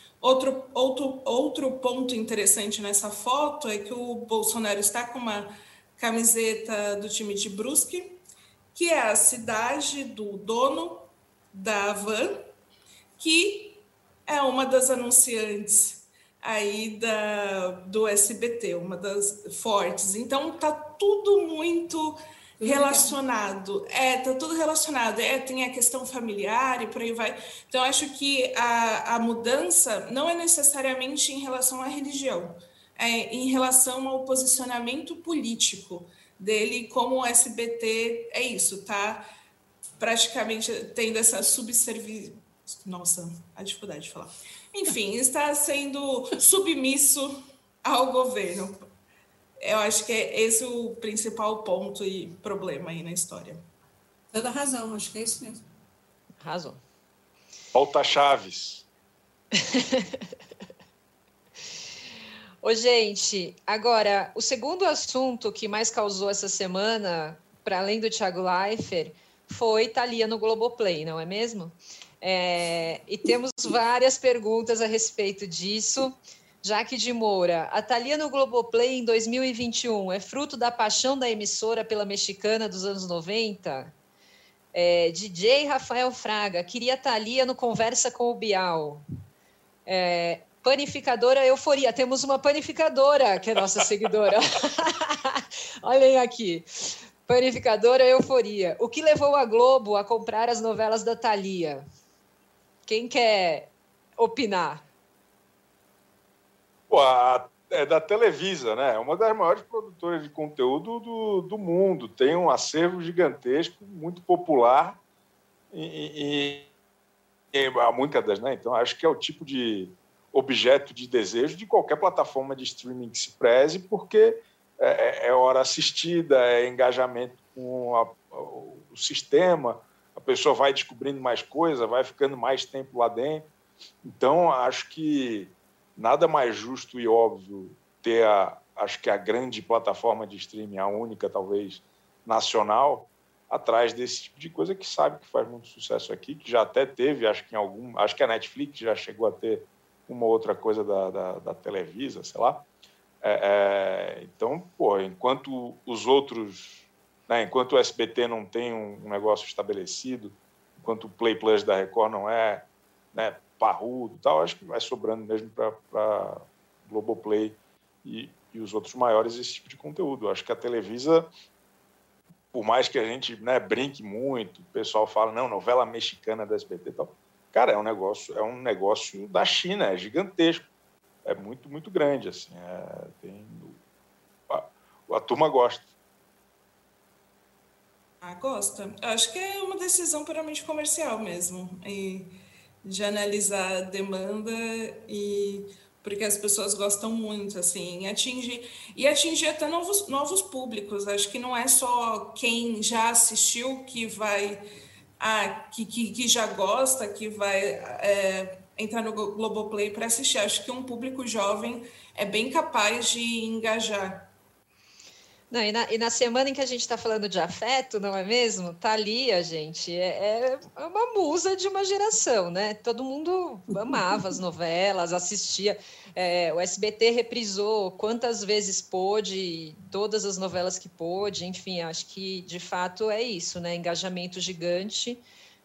Outro ponto interessante nessa foto é que o Bolsonaro está com uma camiseta do time de Brusque, que é a cidade do dono da Havan, que é uma das anunciantes aí do SBT, uma das fortes. Então, tá tudo muito relacionado. Tá tudo relacionado. Tem a questão familiar e por aí vai. Então, acho que a mudança não é necessariamente em relação à religião, em relação ao posicionamento político dele, como o SBT é isso, tá? Praticamente tendo essa subserviência. Nossa, a dificuldade de falar. Enfim, está sendo submisso ao governo. Eu acho que é esse o principal ponto e problema aí na história. Toda razão, acho que é isso mesmo. Razão. Volta Chaves. Ô, gente, agora, o segundo assunto que mais causou essa semana, para além do Thiago Leifert, foi Thalia no Globoplay, não é mesmo? E temos várias perguntas a respeito disso. Jaque de Moura, a Thalia no Globoplay em 2021 é fruto da paixão da emissora pela mexicana dos anos 90? DJ Rafael Fraga, queria Thalia no Conversa com o Bial. Panificadora Euforia, temos uma panificadora que é nossa seguidora. Olhem aqui. Panificadora Euforia. O que levou a Globo a comprar as novelas da Thalia? Quem quer opinar? Pô, é da Televisa, né? É uma das maiores produtoras de conteúdo do mundo. Tem um acervo gigantesco, muito popular e há muitas, né? Então, acho que é o tipo de objeto de desejo de qualquer plataforma de streaming que se preze, porque é hora assistida, é engajamento com o sistema, a pessoa vai descobrindo mais coisa, vai ficando mais tempo lá dentro. Então, acho que nada mais justo e óbvio ter acho que a grande plataforma de streaming, a única, talvez, nacional, atrás desse tipo de coisa que sabe que faz muito sucesso aqui, que já até teve, acho que a Netflix já chegou a ter uma outra coisa da Televisa, sei lá. Então, pô, enquanto os outros, né, enquanto o SBT não tem um negócio estabelecido, enquanto o Play Plus da Record não é, né, parrudo e tal, acho que vai sobrando mesmo para Globoplay e os outros maiores esse tipo de conteúdo. Acho que a Televisa, por mais que a gente, né, brinque muito, o pessoal fala, não, novela mexicana da SBT e tal, cara, é um negócio da China, é gigantesco, é muito, muito grande, assim, a turma gosta. Gosta. Acho que é uma decisão puramente comercial mesmo, e de analisar a demanda porque as pessoas gostam muito, assim, atingir até novos públicos. Acho que não é só quem já assistiu que vai que já gosta, que vai entrar no Globoplay para assistir. Acho que um público jovem é bem capaz de engajar. Não, e na semana em que a gente está falando de afeto, não é mesmo? Thalia, gente, é uma musa de uma geração, né? Todo mundo amava as novelas, assistia. O SBT reprisou quantas vezes pôde, todas as novelas que pôde, enfim, acho que de fato é isso, né? Engajamento gigante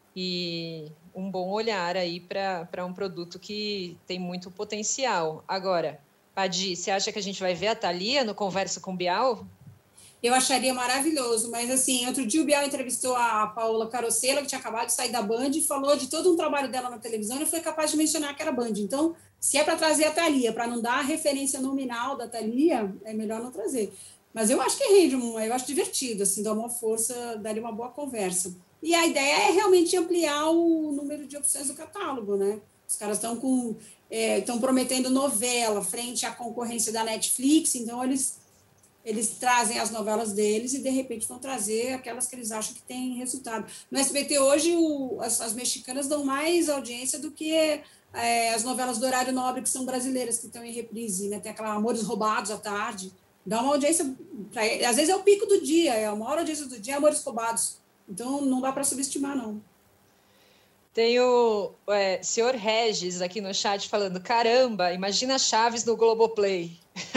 e um bom olhar aí para um produto que tem muito potencial. Agora, Padi, você acha que a gente vai ver a Thalia no Conversa com o Bial? Eu acharia maravilhoso, mas assim, outro dia o Bial entrevistou a Paola Carosella, que tinha acabado de sair da Band, e falou de todo um trabalho dela na televisão e foi capaz de mencionar que era Band. Então, se é para trazer a Thalia, para não dar a referência nominal da Thalia, é melhor não trazer. Mas eu acho que rende, eu acho divertido, assim, dá uma força, daria uma boa conversa. E a ideia é realmente ampliar o número de opções do catálogo, né? Os caras estão prometendo novela frente à concorrência da Netflix, então eles trazem as novelas deles e, de repente, vão trazer aquelas que eles acham que têm resultado. No SBT, hoje, as mexicanas dão mais audiência do que as novelas do horário nobre, que são brasileiras, que estão em reprise, né? Tem aquela Amores Roubados à tarde. Dá uma audiência... às vezes é o pico do dia, é a maior audiência do dia, Amores Roubados. Então, não dá para subestimar, não. Tem o senhor Regis aqui no chat falando, caramba, imagina Chaves no Globoplay.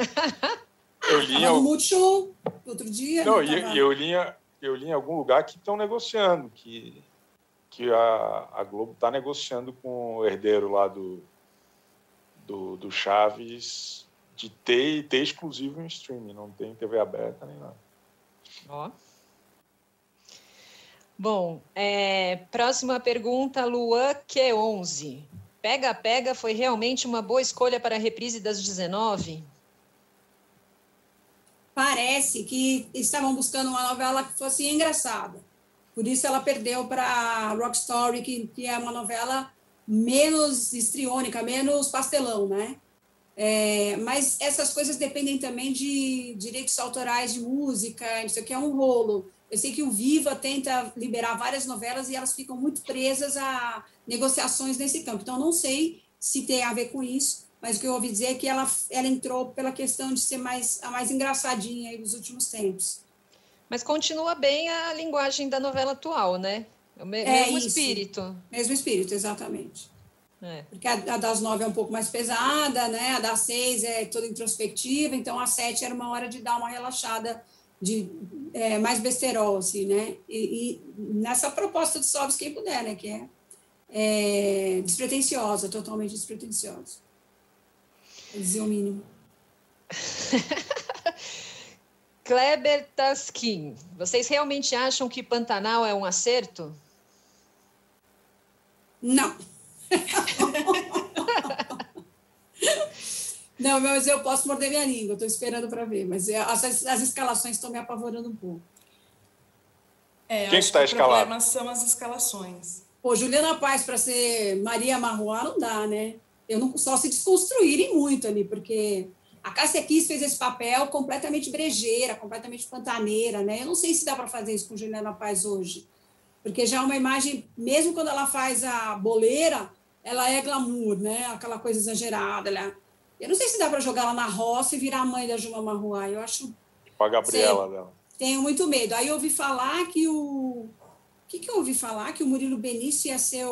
Eu li no Multishow outro dia. Não, eu li em algum lugar que estão negociando, que a Globo está negociando com o herdeiro lá do Chaves de ter exclusivo em streaming, não tem TV aberta nem nada. Ó. Bom, próxima pergunta, Luan Q11. Pega foi realmente uma boa escolha para a reprise das 19? Parece que estavam buscando uma novela que fosse engraçada. Por isso ela perdeu para Rock Story, que é uma novela menos histriônica, menos pastelão, né? Mas essas coisas dependem também de direitos autorais de música, isso aqui é um rolo. Eu sei que o Viva tenta liberar várias novelas e elas ficam muito presas a negociações nesse campo. Então, não sei se tem a ver com isso, mas o que eu ouvi dizer é que ela entrou pela questão de ser a mais engraçadinha aí dos últimos tempos. Mas continua bem a linguagem da novela atual, né? O mesmo espírito. Mesmo espírito, exatamente. Porque a das 9 é um pouco mais pesada, né? A das 6 é toda introspectiva, então a 7 era uma hora de dar uma relaxada, mais besterol, assim, né? E nessa proposta de Sobes Quem Puder, né? Que é despretensiosa, totalmente despretensiosa. Vou dizer o mínimo. Kleber Taskin, vocês realmente acham que Pantanal é um acerto? Não. Não, mas eu posso morder minha língua, estou esperando para ver, mas as escalações estão me apavorando um pouco. Quem está escalado? O problema são as escalações. Pô, Juliana Paz para ser Maria Marruá não dá, né? Só se desconstruírem muito ali, porque a Cássia Kiss fez esse papel completamente brejeira, completamente pantaneira, né? Eu não sei se dá para fazer isso com Juliana Paz hoje, porque já é uma imagem, mesmo quando ela faz a boleira, ela é glamour, né? Aquela coisa exagerada. Eu não sei se dá para jogar ela na roça e virar a mãe da Juma Marruá. Eu acho... Com a Gabriela dela. Tenho muito medo. Aí eu ouvi falar que o... O que eu ouvi falar? Que o Murilo Benício ia ser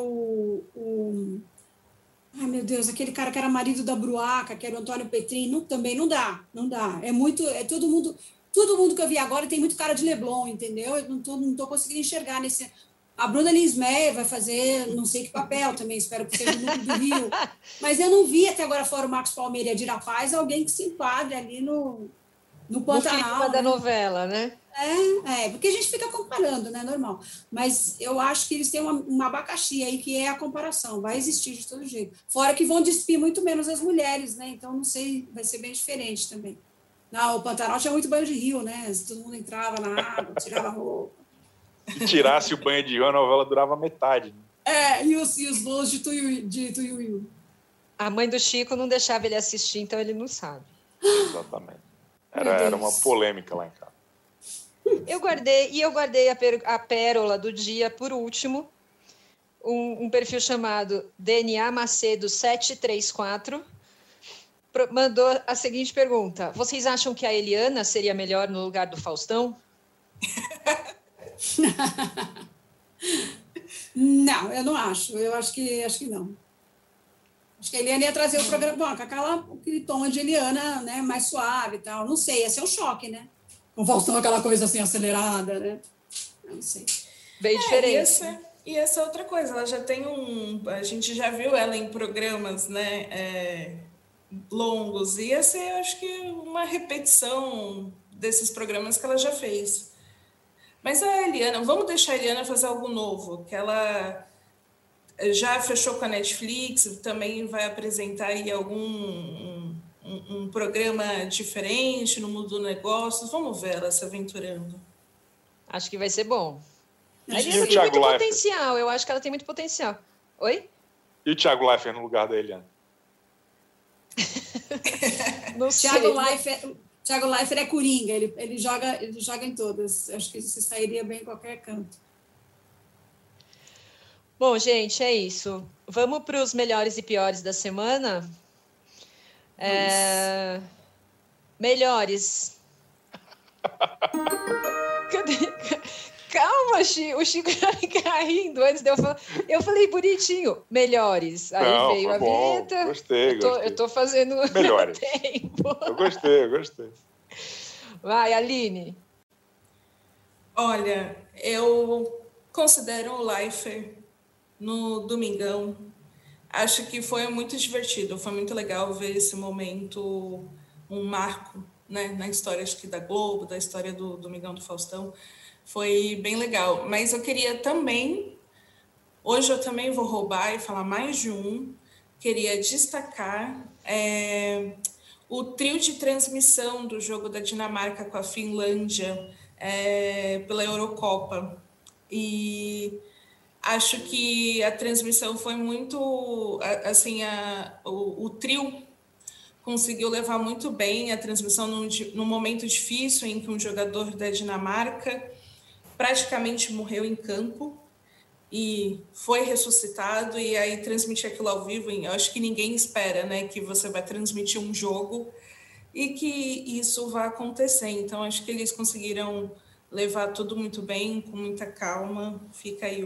Ai, meu Deus, aquele cara que era marido da Bruaca, que era o Antônio Petrin. Também não dá. Todo mundo que eu vi agora tem muito cara de Leblon, entendeu? Eu não tô conseguindo enxergar nesse... A Bruna Linsmeyer vai fazer não sei que papel também, espero que seja o Núcleo do Rio. Mas eu não vi até agora, fora o Marcos Palmeira e a Dira Paz, alguém que se enquadre ali no Pantanal. No da novela, né? Porque a gente fica comparando, né? Normal. Mas eu acho que eles têm uma abacaxi aí, que é a comparação. Vai existir de todo jeito. Fora que vão despir muito menos as mulheres, né? Então, não sei, vai ser bem diferente também. Não, o Pantanal tinha muito banho de rio, né? Todo mundo entrava na água, tirava a roupa. Se tirasse o banho de rio, a novela durava metade. Né? E os voos de Tuiuiu. A mãe do Chico não deixava ele assistir, então ele não sabe. Exatamente. Era uma polêmica lá em casa. Eu guardei a pérola do dia por último, um perfil chamado DNA Macedo 734, mandou a seguinte pergunta: vocês acham que a Eliana seria melhor no lugar do Faustão? Não, eu não acho. Eu acho que não. Acho que a Eliana ia trazer o programa com aquele tom de Eliana, né, mais suave e tal. Não sei, ia ser um choque, né? Com o Faustão, aquela coisa assim acelerada, né? Não sei. Bem diferente. E essa outra coisa, ela já tem a gente já viu ela em programas, né, longos. E essa eu acho que uma repetição desses programas que ela já fez. Mas a Eliana, vamos deixar a Eliana fazer algo novo, que ela já fechou com a Netflix, também vai apresentar aí um programa diferente no mundo do negócio. Vamos ver ela se aventurando. Acho que vai ser bom. A E Eliana o tem Thiago muito Leifert? potencial, eu acho que ela tem muito potencial. Oi? E o Thiago Leifert no lugar da Eliana? Não sei. Thiago Leifert é coringa, ele joga em todas. Acho que isso sairia bem em qualquer canto. Bom, gente, é isso. Vamos para os melhores e piores da semana? Melhores. Calma, Chico. O Chico já fica rindo antes de eu falar. Eu falei bonitinho. Melhores. Aí Não, veio a bom. vinheta. Gostei. Eu tô fazendo melhores. Tempo. Eu gostei. Vai, Aline. Olha, eu considero o Leifert no Domingão. Acho que foi muito divertido, foi muito legal ver esse momento, um marco, né, na história, acho que da Globo, da história do Domingão do Faustão. Foi bem legal. Mas eu queria também, hoje eu também vou roubar e falar mais de queria destacar o trio de transmissão do jogo da Dinamarca com a Finlândia pela Eurocopa. E acho que a transmissão foi muito, assim, o trio conseguiu levar muito bem a transmissão num momento difícil em que um jogador da Dinamarca praticamente morreu em campo e foi ressuscitado, e aí transmitir aquilo ao vivo, eu acho que ninguém espera, né, que você vai transmitir um jogo e que isso vai acontecer. Então, acho que eles conseguiram levar tudo muito bem, com muita calma. Fica aí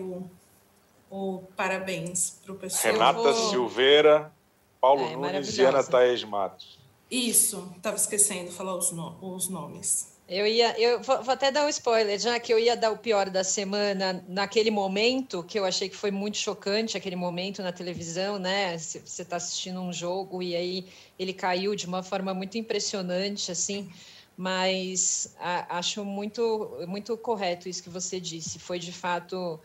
o parabéns para o pessoal. Renata Silveira, Paulo Nunes e Ana Thaís Matos. Isso, estava esquecendo de falar os nomes. Eu vou até dar um spoiler, já que eu ia dar o pior da semana naquele momento, que eu achei que foi muito chocante, aquele momento na televisão, né? Você está assistindo um jogo e aí ele caiu de uma forma muito impressionante, assim, mas acho muito, muito correto isso que você disse. Foi, de fato,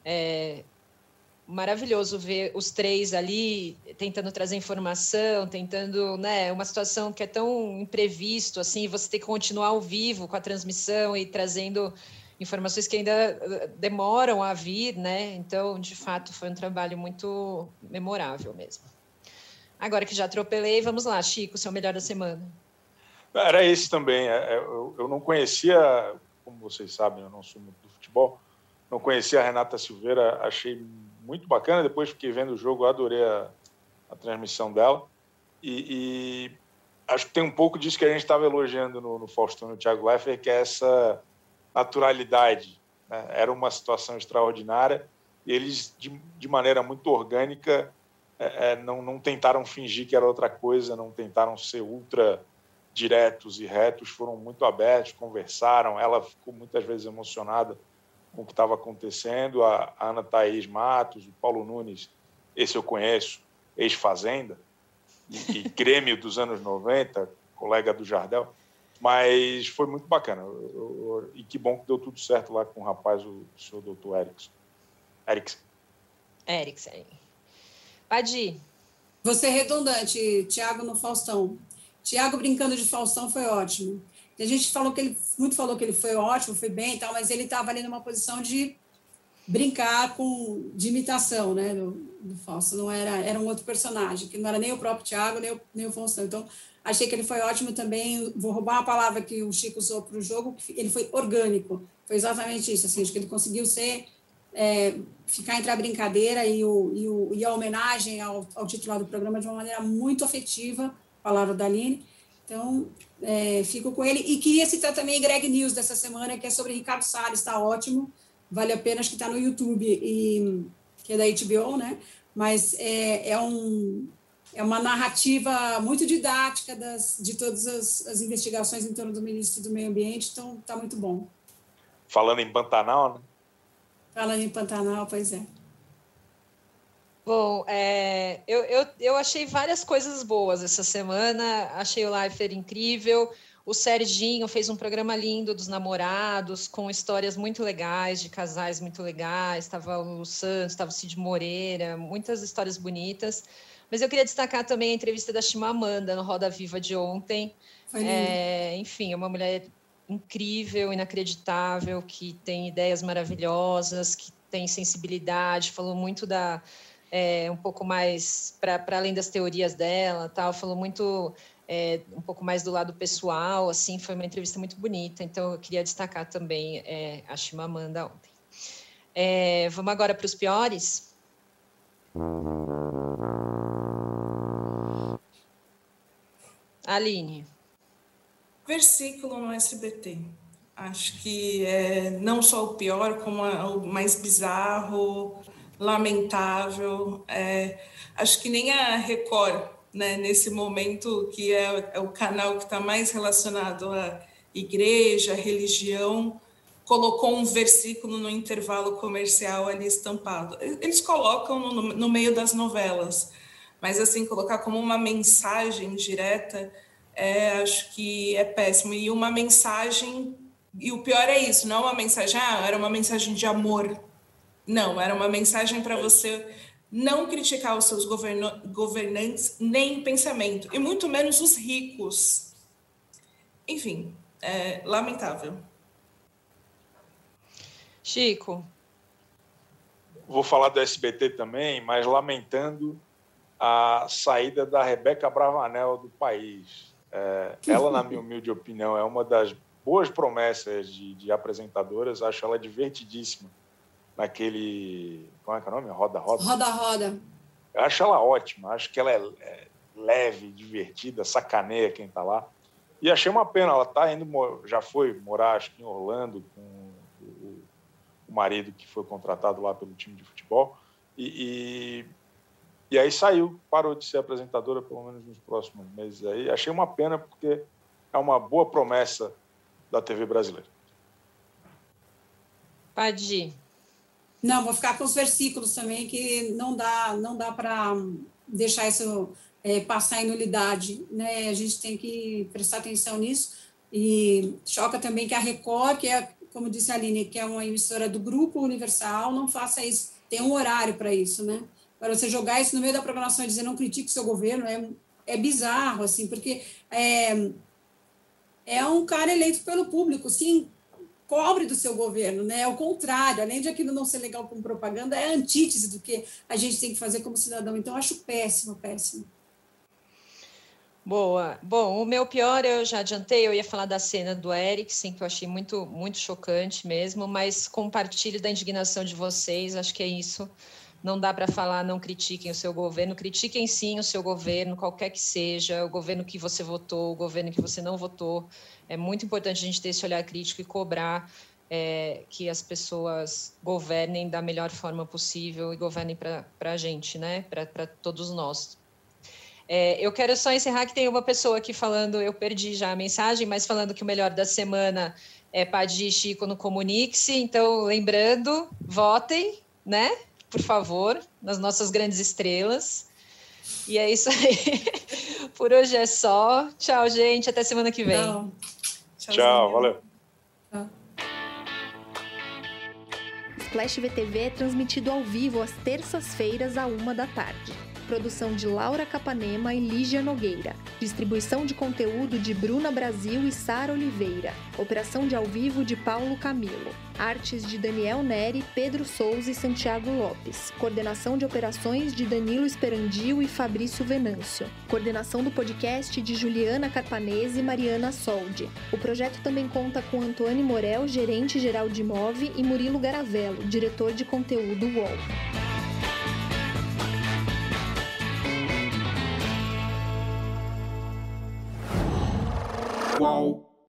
maravilhoso ver os três ali tentando trazer informação, tentando, né, uma situação que é tão imprevisto, assim, você tem que continuar ao vivo com a transmissão e trazendo informações que ainda demoram a vir, né? Então, de fato, foi um trabalho muito memorável mesmo. Agora que já atropelei, vamos lá, Chico, seu melhor da semana. Era esse também. Eu não conhecia, como vocês sabem, eu não sou muito do futebol, não conhecia a Renata Silveira, achei muito bacana. Depois fiquei vendo o jogo, adorei a transmissão dela. E acho que tem um pouco disso que a gente estava elogiando no Faustão e no Thiago Leifert, que é essa naturalidade, né? Era uma situação extraordinária e eles, de maneira muito orgânica, não tentaram fingir que era outra coisa, não tentaram ser ultra diretos e retos, foram muito abertos, conversaram. Ela ficou muitas vezes emocionada com o que estava acontecendo. A Ana Thaís Matos, o Paulo Nunes, esse eu conheço, ex-Fazenda, e Grêmio dos anos 90, colega do Jardel, mas foi muito bacana. E que bom que deu tudo certo lá com o rapaz, o senhor doutor Eriksen. Padi. Você é redundante, Thiago no Faustão. Thiago brincando de Faustão foi ótimo. A gente falou que ele foi ótimo, foi bem e tal, mas ele estava ali numa posição de brincar de imitação, né, do Fausto. Não era um outro personagem, que não era nem o próprio Thiago, nem o Faustão. Então, achei que ele foi ótimo também. Vou roubar uma palavra que o Chico usou para o jogo, ele foi orgânico. Foi exatamente isso, assim, acho que ele conseguiu ficar entre a brincadeira e a homenagem ao titular do programa de uma maneira muito afetiva, palavra da Aline. Então, fico com ele. E queria citar também Greg News dessa semana, que é sobre Ricardo Salles, está ótimo, vale a pena, acho que está no YouTube, que é da HBO, né? Mas é uma narrativa muito didática de todas as investigações em torno do ministro do Meio Ambiente, então está muito bom. Falando em Pantanal, né? Falando em Pantanal, pois é. Bom, eu achei várias coisas boas essa semana, achei o Leifert incrível, o Serginho fez um programa lindo dos namorados, com histórias muito legais, de casais muito legais, estava o Santos, estava o Cid Moreira, muitas histórias bonitas, mas eu queria destacar também a entrevista da Chimamanda no Roda Viva de ontem. Enfim, é uma mulher incrível, inacreditável, que tem ideias maravilhosas, que tem sensibilidade, falou muito um pouco mais para além das teorias dela, tal, falou muito um pouco mais do lado pessoal, assim, foi uma entrevista muito bonita, então eu queria destacar também a Chimamanda ontem. Vamos agora para os piores? Aline. Versículo no SBT. Acho que não só o pior, como o mais bizarro, lamentável. Acho que nem a Record, né, nesse momento, que é o canal que está mais relacionado à igreja, à religião, colocou um versículo no intervalo comercial ali estampado. Eles colocam no meio das novelas, mas assim, colocar como uma mensagem direta, acho que é péssimo. E uma mensagem, e o pior é isso, não é uma mensagem, era uma mensagem de amor. Não, era uma mensagem para você não criticar os seus governantes nem pensamento, e muito menos os ricos. Enfim, lamentável. Chico. Vou falar do SBT também, mas lamentando a saída da Rebeca Bravanel do país. Ela, na minha humilde opinião, é uma das boas promessas de apresentadoras. Acho ela divertidíssima naquele... Como é que é o nome? Roda-Roda? Roda-Roda. Eu acho ela ótima. Acho que ela é leve, divertida, sacaneia quem está lá. E achei uma pena. Ela já foi morar, acho que em Orlando, com o marido que foi contratado lá pelo time de futebol. E aí saiu, parou de ser apresentadora, pelo menos nos próximos meses. Aí achei uma pena, porque é uma boa promessa da TV brasileira. Padi. Não, vou ficar com os versículos também, que não dá para deixar isso passar em nulidade, né? A gente tem que prestar atenção nisso. E choca também que a Record, que é, como disse a Aline, que é uma emissora do Grupo Universal, não faça isso. Tem um horário para isso, né? Para você jogar isso no meio da programação e dizer não critique o seu governo, é bizarro, assim, porque é um cara eleito pelo público, sim, cobre do seu governo, né? É o contrário, além de aquilo não ser legal como propaganda, é a antítese do que a gente tem que fazer como cidadão. Então, eu acho péssimo. Boa. Bom, o meu pior eu já adiantei, eu ia falar da cena do Eriksen, que eu achei muito, muito chocante mesmo, mas compartilho da indignação de vocês, acho que é isso. Não dá para falar, não critiquem o seu governo, critiquem sim o seu governo, qualquer que seja, o governo que você votou, o governo que você não votou. É muito importante a gente ter esse olhar crítico e cobrar que as pessoas governem da melhor forma possível e governem para a gente, né? Para todos nós. Eu quero só encerrar que tem uma pessoa aqui falando, eu perdi já a mensagem, mas falando que o melhor da semana é Padi e Chico no Comunique-se. Então, lembrando, votem, né? Por favor, nas nossas grandes estrelas. E é isso aí. Por hoje é só. Tchau, gente. Até semana que vem. Tchau, valeu. Splash VTV é transmitido ao vivo às terças-feiras, à 13h. Produção de Laura Capanema e Lígia Nogueira. Distribuição de conteúdo de Bruna Brasil e Sara Oliveira. Operação de ao vivo de Paulo Camilo. Artes de Daniel Neri, Pedro Souza e Santiago Lopes. Coordenação de operações de Danilo Esperandio e Fabrício Venâncio. Coordenação do podcast de Juliana Carpanese e Mariana Soldi. O projeto também conta com Antônio Morel, gerente geral de Move, e Murilo Garavello, diretor de conteúdo UOL. Qual?